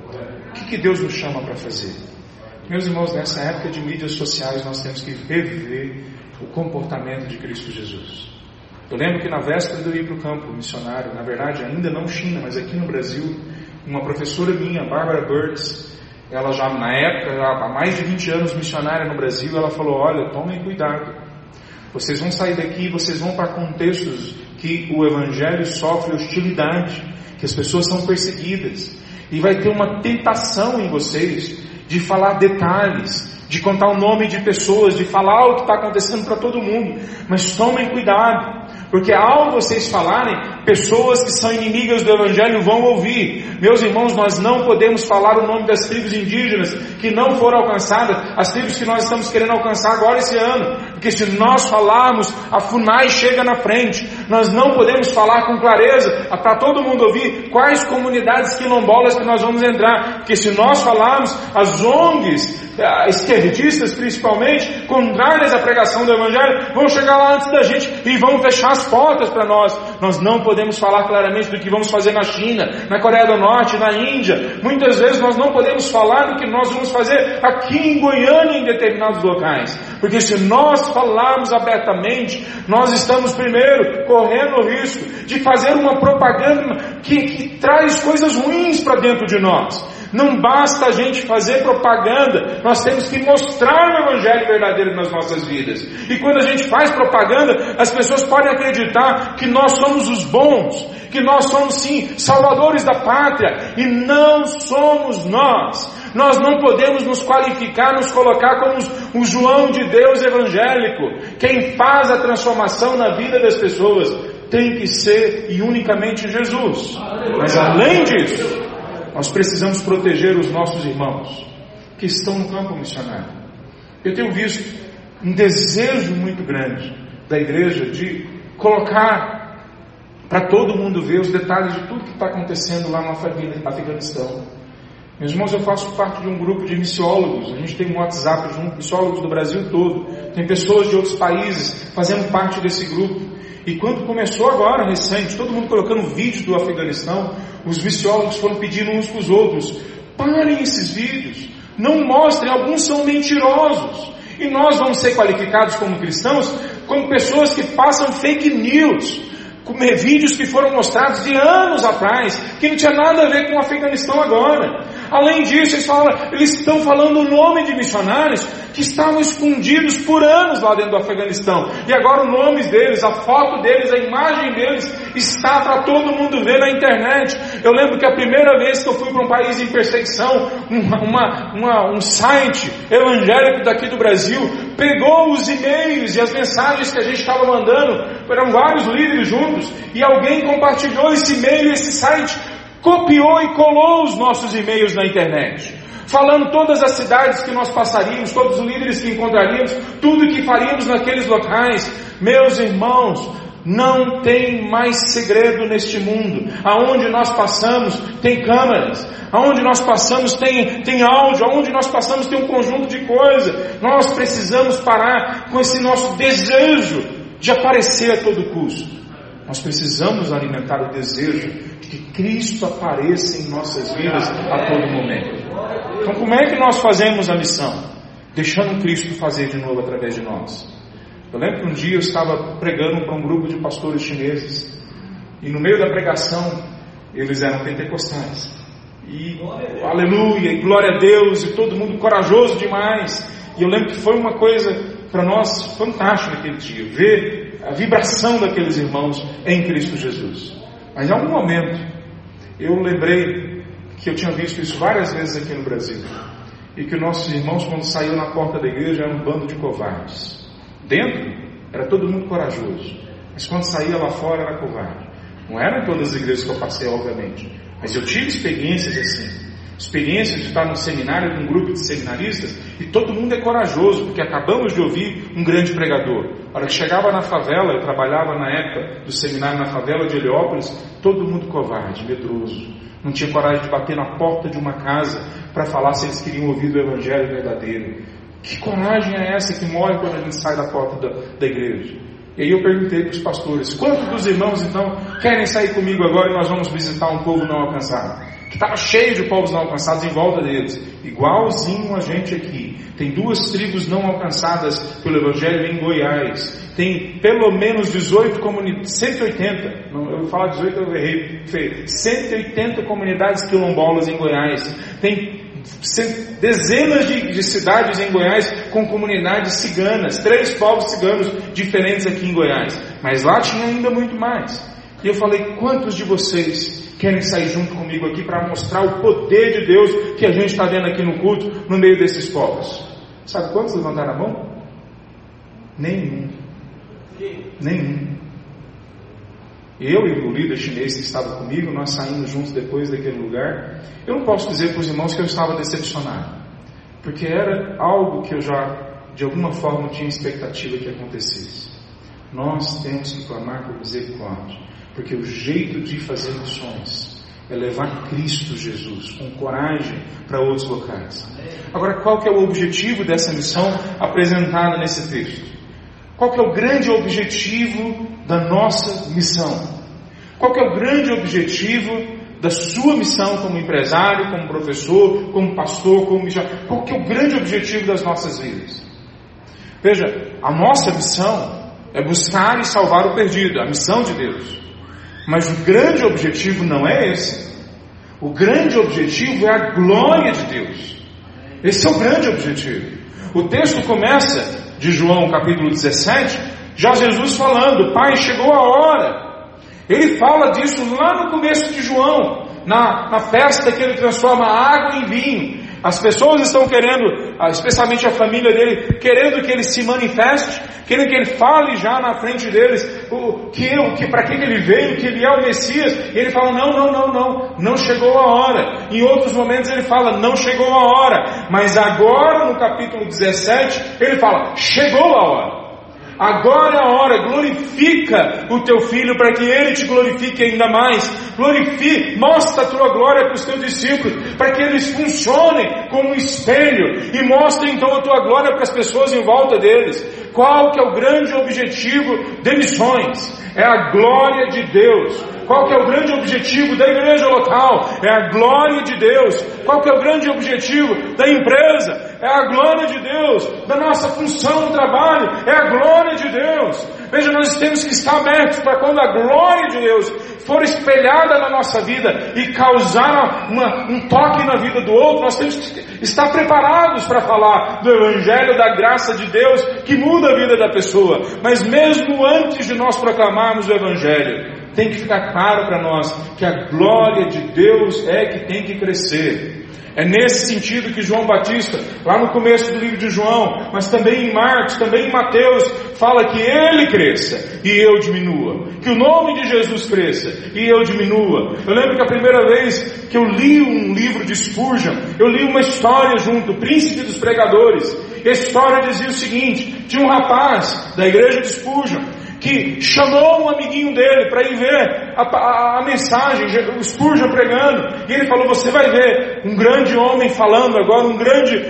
O que Deus nos chama para fazer? Meus irmãos, nessa época de mídias sociais, nós temos que reviver o comportamento de Cristo Jesus. Eu lembro que na véspera de eu ir para o campo missionário, na verdade ainda não China, mas aqui no Brasil, uma professora minha, Barbara Burns, ela já na época, há mais de 20 anos missionária no Brasil, ela falou: olha, tomem cuidado, vocês vão sair daqui, vocês vão para contextos que o Evangelho sofre hostilidade, que as pessoas são perseguidas, e vai ter uma tentação em vocês de falar detalhes, de contar o nome de pessoas, de falar o que está acontecendo para todo mundo. Mas tomem cuidado, porque ao vocês falarem, pessoas que são inimigas do Evangelho vão ouvir. Meus irmãos, nós não podemos falar o nome das tribos indígenas que não foram alcançadas, as tribos que nós estamos querendo alcançar agora esse ano, porque se nós falarmos, a FUNAI chega na frente. Nós não podemos falar com clareza para todo mundo ouvir quais comunidades quilombolas que nós vamos entrar, porque se nós falarmos, as ONGs esquerdistas principalmente, contrárias à pregação do Evangelho, vão chegar lá antes da gente e vão fechar as portas para nós. Nós não podemos falar claramente do que vamos fazer na China, na Coreia do Norte, na Índia. Muitas vezes nós não podemos falar do que nós vamos fazer aqui em Goiânia, em determinados locais, porque se nós falarmos abertamente, nós estamos primeiro correndo o risco de fazer uma propaganda que traz coisas ruins para dentro de nós. Não basta a gente fazer propaganda, nós temos que mostrar o Evangelho verdadeiro nas nossas vidas. E quando a gente faz propaganda, as pessoas podem acreditar que nós somos os bons, que nós somos sim salvadores da pátria, e não somos nós. Nós não podemos nos qualificar, nos colocar como o João de Deus evangélico. Quem faz a transformação na vida das pessoas tem que ser e unicamente Jesus. Mas além disso, nós precisamos proteger os nossos irmãos que estão no campo missionário. Eu tenho visto um desejo muito grande da igreja de colocar para todo mundo ver os detalhes de tudo que está acontecendo lá no Afeganistão. Meus irmãos, eu faço parte de um grupo de missiólogos. A gente tem um WhatsApp junto, missiólogos do Brasil todo. Tem pessoas de outros países fazendo parte desse grupo. E quando começou agora, recente, todo mundo colocando vídeos do Afeganistão, os missiólogos foram pedindo uns para os outros: parem esses vídeos, não mostrem, alguns são mentirosos. E nós vamos ser qualificados como cristãos, como pessoas que passam fake news, com vídeos que foram mostrados de anos atrás, que não tinha nada a ver com o Afeganistão agora. Além disso, eles estão falando o nome de missionários que estavam escondidos por anos lá dentro do Afeganistão. E agora o nome deles, a foto deles, a imagem deles está para todo mundo ver na internet. Eu lembro que a primeira vez que eu fui para um país em perseguição, um site evangélico daqui do Brasil pegou os e-mails e as mensagens que a gente estava mandando, eram vários líderes juntos, e alguém compartilhou esse e-mail, esse site, copiou e colou os nossos e-mails na internet, falando todas as cidades que nós passaríamos, todos os líderes que encontraríamos, tudo que faríamos naqueles locais. Meus irmãos, não tem mais segredo neste mundo. Aonde nós passamos tem câmeras, aonde nós passamos tem áudio, aonde nós passamos tem um conjunto de coisas. Nós precisamos parar com esse nosso desejo de aparecer a todo custo. Nós precisamos alimentar o desejo de que Cristo apareça em nossas vidas a todo momento. Então, como é que nós fazemos a missão? Deixando Cristo fazer de novo através de nós. Eu lembro que um dia eu estava pregando para um grupo de pastores chineses, e no meio da pregação, eles eram pentecostais, e aleluia, e glória a Deus, e todo mundo corajoso demais. E eu lembro que foi uma coisa para nós fantástica naquele dia, ver a vibração daqueles irmãos em Cristo Jesus. Mas em algum momento eu lembrei que eu tinha visto isso várias vezes aqui no Brasil, e que nossos irmãos, quando saíam na porta da igreja, eram um bando de covardes. Dentro era todo mundo corajoso, mas quando saía lá fora era covarde. Não eram todas as igrejas que eu passei, obviamente, mas eu tive experiências assim, experiências de estar num seminário com um grupo de seminaristas, e todo mundo é corajoso, porque acabamos de ouvir um grande pregador. A hora que chegava na favela, eu trabalhava na época do seminário na favela de Heliópolis, todo mundo covarde, medroso, não tinha coragem de bater na porta de uma casa para falar se eles queriam ouvir do Evangelho verdadeiro. Que coragem é essa que morre quando a gente sai da porta da igreja? E aí eu perguntei para os pastores: quantos dos irmãos então querem sair comigo agora e nós vamos visitar um povo não alcançado? que estava cheio de povos não alcançados em volta deles, igualzinho a gente aqui. Tem 2 tribos não alcançadas pelo Evangelho em Goiás. Tem pelo menos 18 comunidades, 180, não, eu vou falar 18, eu errei, 180 comunidades quilombolas em Goiás. Tem dezenas de cidades em Goiás com comunidades ciganas, 3 povos ciganos diferentes aqui em Goiás. Mas lá tinha ainda muito mais. E eu falei, quantos de vocês querem sair junto comigo aqui para mostrar o poder de Deus que a gente está vendo aqui no culto, no meio desses povos? Sabe quantos levantaram a mão? Nenhum. Eu e o líder chinês que estava comigo, nós saímos juntos depois daquele lugar. Eu não posso dizer para os irmãos que eu estava decepcionado, porque era algo que eu já, de alguma forma, tinha expectativa que acontecesse. Nós temos que clamar por misericórdia, porque o jeito de fazer missões é levar Cristo Jesus com coragem para outros locais. Agora, qual que é o objetivo dessa missão apresentada nesse texto? Qual que é o grande objetivo da nossa missão? Qual que é o grande objetivo da sua missão como empresário, como professor, como pastor, como missionário? Qual que é o grande objetivo das nossas vidas? Veja, a nossa missão é buscar e salvar o perdido, a missão de Deus. Mas o grande objetivo não é esse. O grande objetivo é a glória de Deus. Esse é o grande objetivo. O texto começa de João capítulo 17, já Jesus falando, Pai, chegou a hora. Ele fala disso lá no começo de João, na festa que ele transforma água em vinho. As pessoas estão querendo, especialmente a família dele, querendo que ele se manifeste, querendo que ele fale já na frente deles para que ele veio, que ele é o Messias. E ele fala, não chegou a hora. Em outros momentos ele fala, não chegou a hora. Mas agora no capítulo 17, ele fala, chegou a hora. Agora é a hora, glorifica o teu filho para que ele te glorifique ainda mais. Glorifique, mostra a tua glória para os teus discípulos, para que eles funcionem como um espelho e mostrem então a tua glória para as pessoas em volta deles. Qual que é o grande objetivo de missões? É a glória de Deus. Qual que é o grande objetivo da igreja local? É a glória de Deus. Qual que é o grande objetivo da empresa? É a glória de Deus. Da nossa função no trabalho, é a glória de Deus. Veja, nós temos que estar abertos para quando a glória de Deus for espelhada na nossa vida e causar um toque na vida do outro, nós temos que estar preparados para falar do Evangelho, da graça de Deus que muda a vida da pessoa. Mas mesmo antes de nós proclamarmos o Evangelho, tem que ficar claro para nós que a glória de Deus é que tem que crescer. É nesse sentido que João Batista, lá no começo do livro de João, mas também em Marcos, também em Mateus, fala que ele cresça e eu diminua. Que o nome de Jesus cresça e eu diminua. Eu lembro que a primeira vez que eu li um livro de Spurgeon, eu li uma história junto, o Príncipe dos Pregadores. E a história dizia o seguinte: tinha um rapaz da igreja de Spurgeon que chamou um amiguinho dele para ir ver a mensagem, o Spurgeon pregando, e ele falou, você vai ver um grande homem falando agora, um grande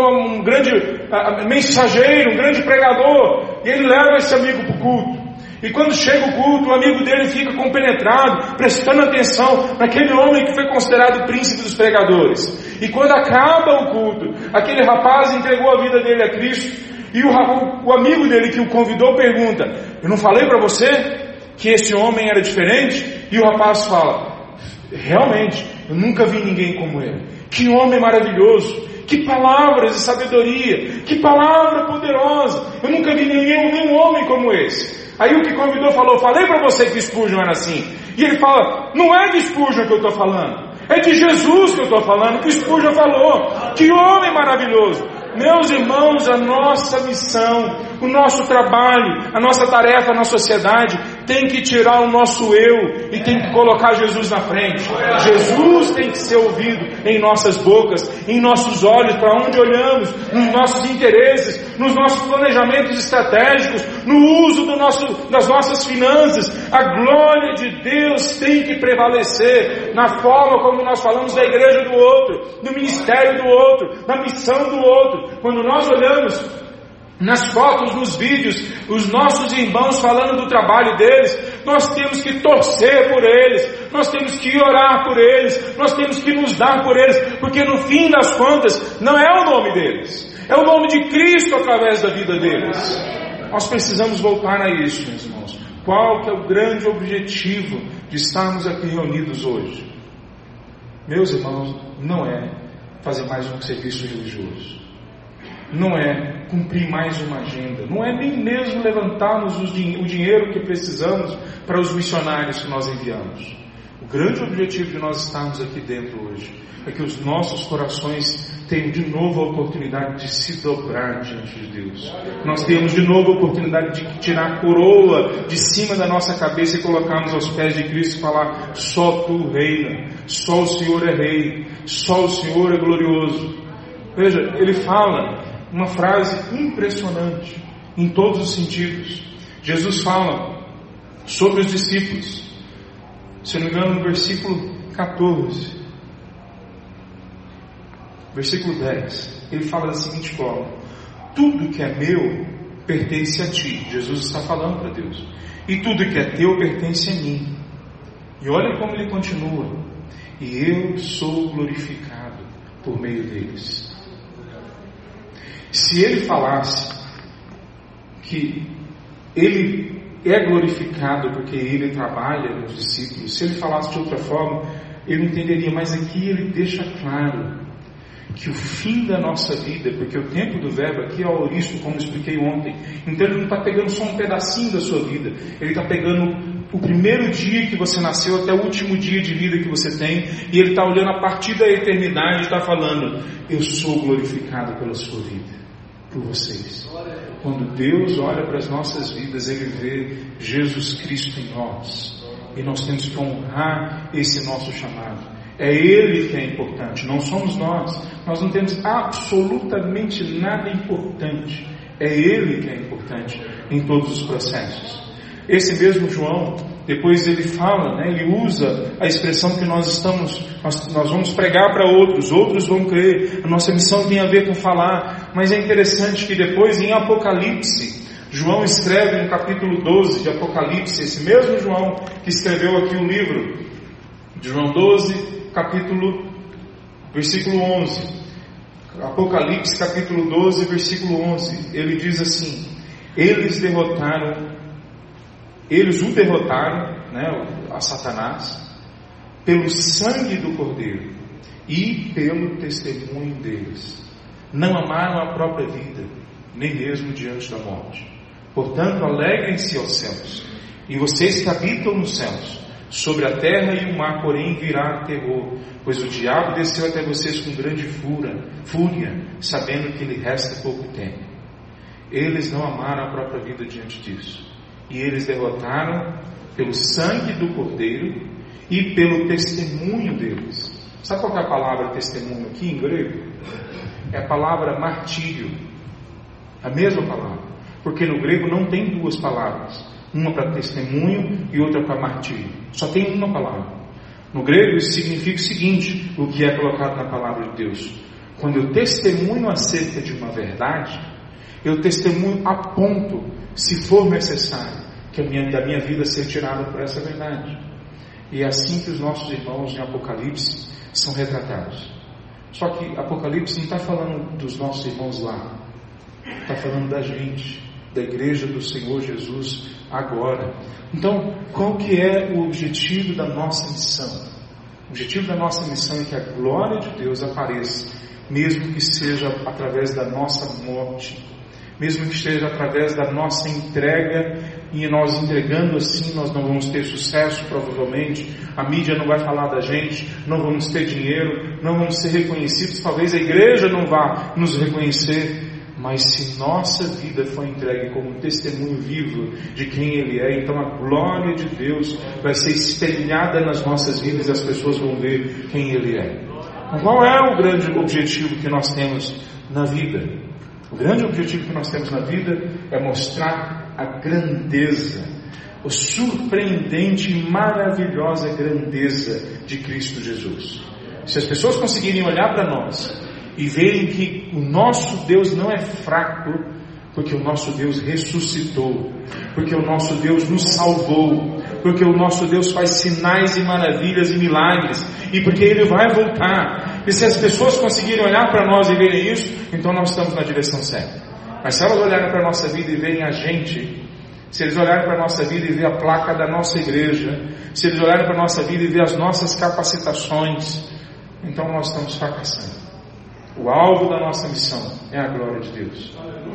mensageiro, um grande pregador, e ele leva esse amigo para o culto. E quando chega o culto, o amigo dele fica compenetrado, prestando atenção naquele homem que foi considerado o príncipe dos pregadores. E quando acaba o culto, aquele rapaz entregou a vida dele a Cristo. E o amigo dele que o convidou pergunta, eu não falei para você que esse homem era diferente? E o rapaz fala, realmente, eu nunca vi ninguém como ele. Que homem maravilhoso, que palavras de sabedoria, que palavra poderosa. Eu nunca vi nenhum homem como esse. Aí o que convidou falou, falei para você que Spurgeon era assim. E ele fala, não é de Spurgeon que eu estou falando, é de Jesus que eu estou falando, que Spurgeon falou. Que homem maravilhoso. Meus irmãos, a nossa missão, o nosso trabalho, a nossa tarefa na sociedade tem que tirar o nosso eu e tem que colocar Jesus na frente. Jesus tem que ser ouvido em nossas bocas, em nossos olhos, para onde olhamos, nos nossos interesses, nos nossos planejamentos estratégicos, no uso das nossas finanças. A glória de Deus tem que prevalecer na forma como nós falamos da igreja do outro, no ministério do outro, na missão do outro. Quando nós olhamos nas fotos, nos vídeos, os nossos irmãos falando do trabalho deles, nós temos que torcer por eles, nós temos que orar por eles, nós temos que nos dar por eles, porque no fim das contas, não é o nome deles, é o nome de Cristo através da vida deles. Nós precisamos voltar a isso, meus irmãos. Qual que é o grande objetivo de estarmos aqui reunidos hoje? Meus irmãos, não é fazer mais um serviço religioso, não é cumprir mais uma agenda, não é nem mesmo levantarmos o dinheiro que precisamos para os missionários que nós enviamos. O grande objetivo de nós estarmos aqui dentro hoje é que os nossos corações tenham de novo a oportunidade de se dobrar diante de Deus. Nós temos de novo a oportunidade de tirar a coroa de cima da nossa cabeça e colocarmos aos pés de Cristo e falar: só Tu reina, só o Senhor é Rei, só o Senhor é glorioso. Veja, ele fala uma frase impressionante em todos os sentidos. Jesus fala sobre os discípulos, se não me engano, no versículo 14, versículo 10, ele fala da seguinte forma: tudo que é meu pertence a ti. Jesus está falando para Deus. E tudo que é teu pertence a mim. E olha como ele continua: e eu sou glorificado por meio deles. Se ele falasse que ele é glorificado porque ele trabalha nos discípulos, se ele falasse de outra forma, eu não entenderia. Mas aqui ele deixa claro que o fim da nossa vida, porque o tempo do verbo aqui é o aoristo, como eu expliquei ontem, então ele não está pegando só um pedacinho da sua vida, ele está pegando o primeiro dia que você nasceu até o último dia de vida que você tem, e ele está olhando a partir da eternidade e está falando: eu sou glorificado pela sua vida, por vocês. Quando Deus olha para as nossas vidas, Ele vê Jesus Cristo em nós, e nós temos que honrar esse nosso chamado. É Ele que é importante, não somos nós. Nós não temos absolutamente nada importante. É Ele que é importante em todos os processos. Esse mesmo João, depois ele fala, ele usa a expressão que nós vamos pregar para outros vão crer. A nossa missão tem a ver com falar. Mas é interessante que depois, em Apocalipse, João escreve no capítulo 12 de Apocalipse, esse mesmo João que escreveu aqui o livro de João 12, versículo 11. Apocalipse capítulo 12, versículo 11. Ele diz assim: eles o derrotaram, a Satanás, pelo sangue do Cordeiro e pelo testemunho deles. Não amaram a própria vida, nem mesmo diante da morte. Portanto, alegrem-se aos céus, e vocês que habitam nos céus. Sobre a terra e o mar, porém, virá terror, pois o diabo desceu até vocês com grande fúria, sabendo que lhe resta pouco tempo. Eles não amaram a própria vida diante disso, e eles derrotaram pelo sangue do Cordeiro e pelo testemunho deles. Sabe qual é a palavra testemunho aqui em grego? É a palavra martírio, a mesma palavra, porque no grego não tem duas palavras, uma para testemunho e outra para martírio. Só tem uma palavra. No grego isso significa o seguinte, o que é colocado na palavra de Deus: quando eu testemunho acerca de uma verdade, eu testemunho a ponto, se for necessário, que da minha vida ser tirada por essa verdade. E é assim que os nossos irmãos em Apocalipse são retratados. Só que Apocalipse não está falando dos nossos irmãos lá, está falando da gente, da igreja do Senhor Jesus agora. Então, qual que é o objetivo da nossa missão? O objetivo da nossa missão é que a glória de Deus apareça, mesmo que seja através da nossa morte, mesmo que seja através da nossa entrega, e nós entregando assim, nós não vamos ter sucesso provavelmente, a mídia não vai falar da gente, não vamos ter dinheiro, não vamos ser reconhecidos, talvez a igreja não vá nos reconhecer, mas se nossa vida for entregue como um testemunho vivo de quem Ele é, então a glória de Deus vai ser espelhada nas nossas vidas e as pessoas vão ver quem Ele é. Então, qual é o grande objetivo que nós temos na vida? O grande objetivo que nós temos na vida é mostrar a grandeza, a surpreendente e maravilhosa grandeza de Cristo Jesus. Se as pessoas conseguirem olhar para nós e verem que o nosso Deus não é fraco, porque o nosso Deus ressuscitou, porque o nosso Deus nos salvou, porque o nosso Deus faz sinais e maravilhas e milagres, e porque Ele vai voltar. E se as pessoas conseguirem olhar para nós e verem isso, então nós estamos na direção certa. Mas se elas olharem para a nossa vida e verem a gente, se eles olharem para a nossa vida e verem a placa da nossa igreja, se eles olharem para a nossa vida e verem as nossas capacitações, então nós estamos fracassando. O alvo da nossa missão é a glória de Deus.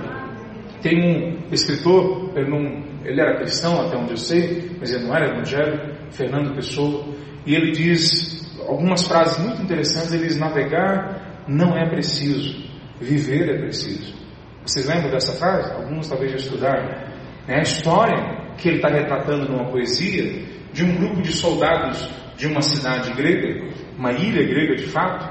Tem um escritor, ele era cristão até onde eu sei, mas ele não era evangélico, Fernando Pessoa, e ele diz algumas frases muito interessantes. Ele diz: navegar não é preciso, viver é preciso. Vocês lembram dessa frase? Alguns talvez já estudaram. É a história que ele está retratando numa poesia de um grupo de soldados de uma cidade grega, uma ilha grega de fato,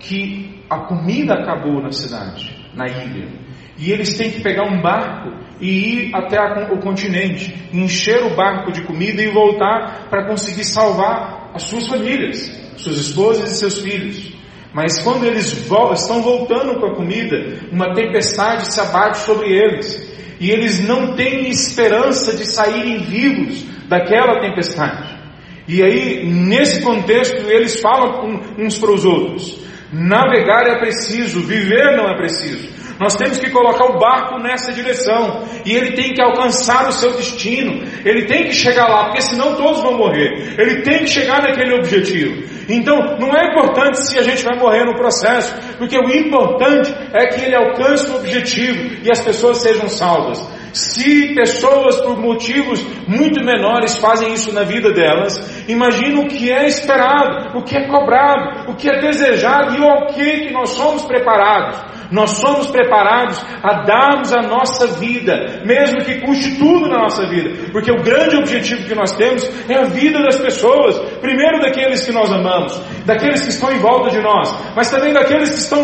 que a comida acabou na cidade, na ilha, e eles têm que pegar um barco e ir até o continente, encher o barco de comida e voltar para conseguir salvar as suas famílias, suas esposas e seus filhos. Mas quando eles estão voltando com a comida, uma tempestade se abate sobre eles, e eles não têm esperança de saírem vivos daquela tempestade. E aí, nesse contexto, eles falam uns para os outros: navegar é preciso, viver não é preciso. Nós temos que colocar o barco nessa direção, e ele tem que alcançar o seu destino, ele tem que chegar lá, porque senão todos vão morrer. Ele tem que chegar naquele objetivo. Então não é importante se a gente vai morrer no processo, porque o importante é que ele alcance o objetivo e as pessoas sejam salvas. Se pessoas por motivos muito menores fazem isso na vida delas, imagina o que é esperado, o que é cobrado, o que é desejado e ao que nós somos preparados. Nós somos preparados a darmos a nossa vida, mesmo que custe tudo na nossa vida, porque o grande objetivo que nós temos é a vida das pessoas, primeiro daqueles que nós amamos, daqueles que estão em volta de nós, mas também daqueles que estão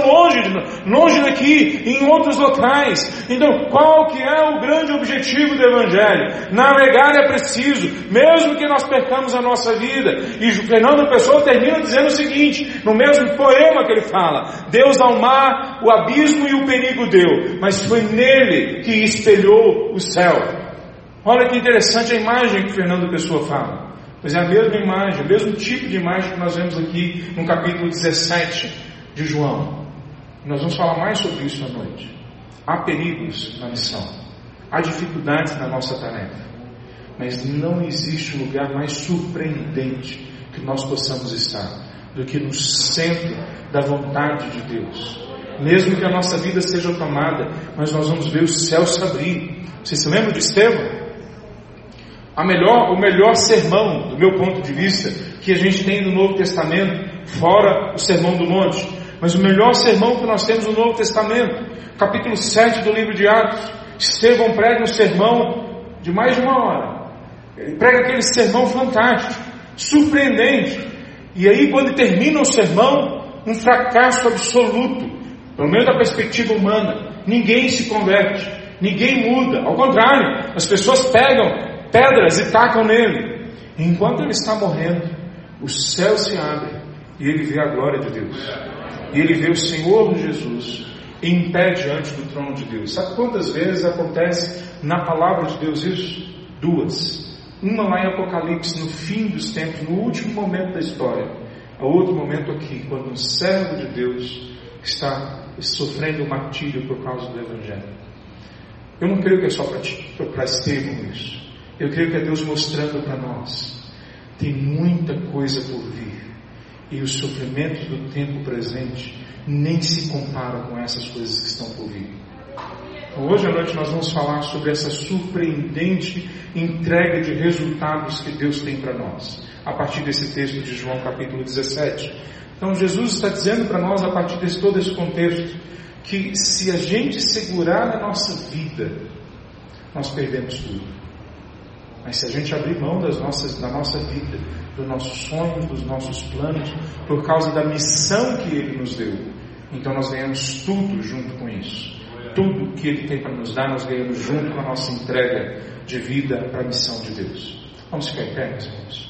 longe daqui, em outros locais. Então, qual que é o grande objetivo do Evangelho? Navegar é preciso, mesmo que nós percamos a nossa vida. E Fernando Pessoa termina dizendo o seguinte, no mesmo poema que ele fala: Deus ao mar, o abismo e o perigo deu, mas foi nele que espelhou o céu. Olha que interessante a imagem que Fernando Pessoa fala. Pois é a mesma imagem, o mesmo tipo de imagem que nós vemos aqui no capítulo 17 de João. Nós vamos falar mais sobre isso à noite. Há perigos na missão, há dificuldades na nossa tarefa, mas não existe lugar mais surpreendente que nós possamos estar do que no centro da vontade de Deus. Mesmo que a nossa vida seja tomada, mas nós vamos ver o céu se abrir. Vocês se lembram de Estevão? O melhor sermão, do meu ponto de vista, que a gente tem no Novo Testamento, fora o Sermão do Monte, mas o melhor sermão que nós temos no Novo Testamento, capítulo 7 do livro de Atos. Estevão prega um sermão de mais de 1 hora. Ele prega aquele sermão fantástico, surpreendente. E aí, quando termina o sermão, um fracasso absoluto, pelo menos da perspectiva humana. Ninguém se converte, ninguém muda, ao contrário, as pessoas pegam pedras e tacam nele. E enquanto ele está morrendo, o céu se abre e ele vê a glória de Deus, e ele vê o Senhor Jesus em pé diante do trono de Deus. Sabe quantas vezes acontece na palavra de Deus isso? 2. Uma lá em Apocalipse, no fim dos tempos, no último momento da história. A outro momento aqui, quando um servo de Deus está sofrendo um martírio por causa do Evangelho. Eu não creio que é só para Estevão isso. Eu creio que é Deus mostrando para nós: tem muita coisa por vir, e os sofrimentos do tempo presente nem se comparam com essas coisas que estão por vir. Hoje à noite nós vamos falar sobre essa surpreendente entrega de resultados que Deus tem para nós, a partir desse texto de João capítulo 17. Então Jesus está dizendo para nós, a partir de todo esse contexto, que se a gente segurar na nossa vida, nós perdemos tudo. Mas se a gente abrir mão da nossa vida, dos nossos sonhos, dos nossos planos, por causa da missão que Ele nos deu, então nós ganhamos tudo junto com isso. Tudo que Ele tem para nos dar, nós ganhamos junto com a nossa entrega de vida para a missão de Deus. Vamos ficar em pé, meus irmãos.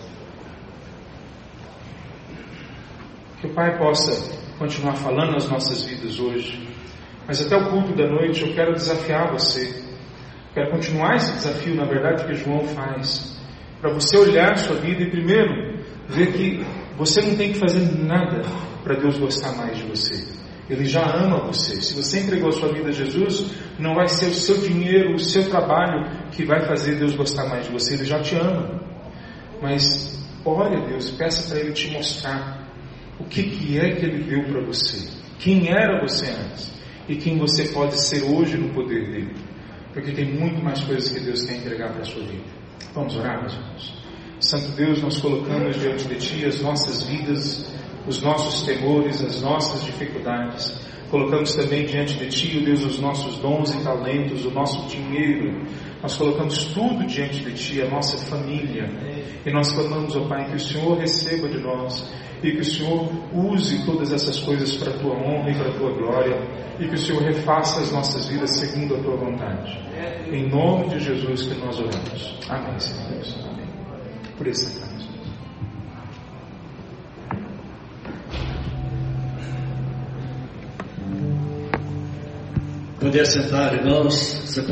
Que o Pai possa continuar falando nas nossas vidas hoje, mas até o culto da noite eu quero desafiar você. Quero continuar esse desafio, na verdade, que João faz, para você olhar a sua vida e primeiro ver que você não tem que fazer nada para Deus gostar mais de você. Ele já ama você. Se você entregou a sua vida a Jesus, não vai ser o seu dinheiro, o seu trabalho que vai fazer Deus gostar mais de você. Ele já te ama. Mas ore a Deus, peça para Ele te mostrar o que é que Ele deu para você. Quem era você antes e quem você pode ser hoje no poder dEle. Porque tem muito mais coisas que Deus quer entregar para a sua vida. Vamos orar, meus irmãos. Santo Deus, nós colocamos diante de Ti as nossas vidas, os nossos temores, as nossas dificuldades. Colocamos também diante de Ti, ó Deus, os nossos dons e talentos, o nosso dinheiro. Nós colocamos tudo diante de Ti, a nossa família. E nós clamamos, ó Pai, que o Senhor receba de nós e que o Senhor use todas essas coisas para a Tua honra e para a Tua glória e que o Senhor refaça as nossas vidas segundo a Tua vontade. Em nome de Jesus que nós oramos. Amém, Senhor Deus. Amém. Por esse caso. Poder sentar, irmãos.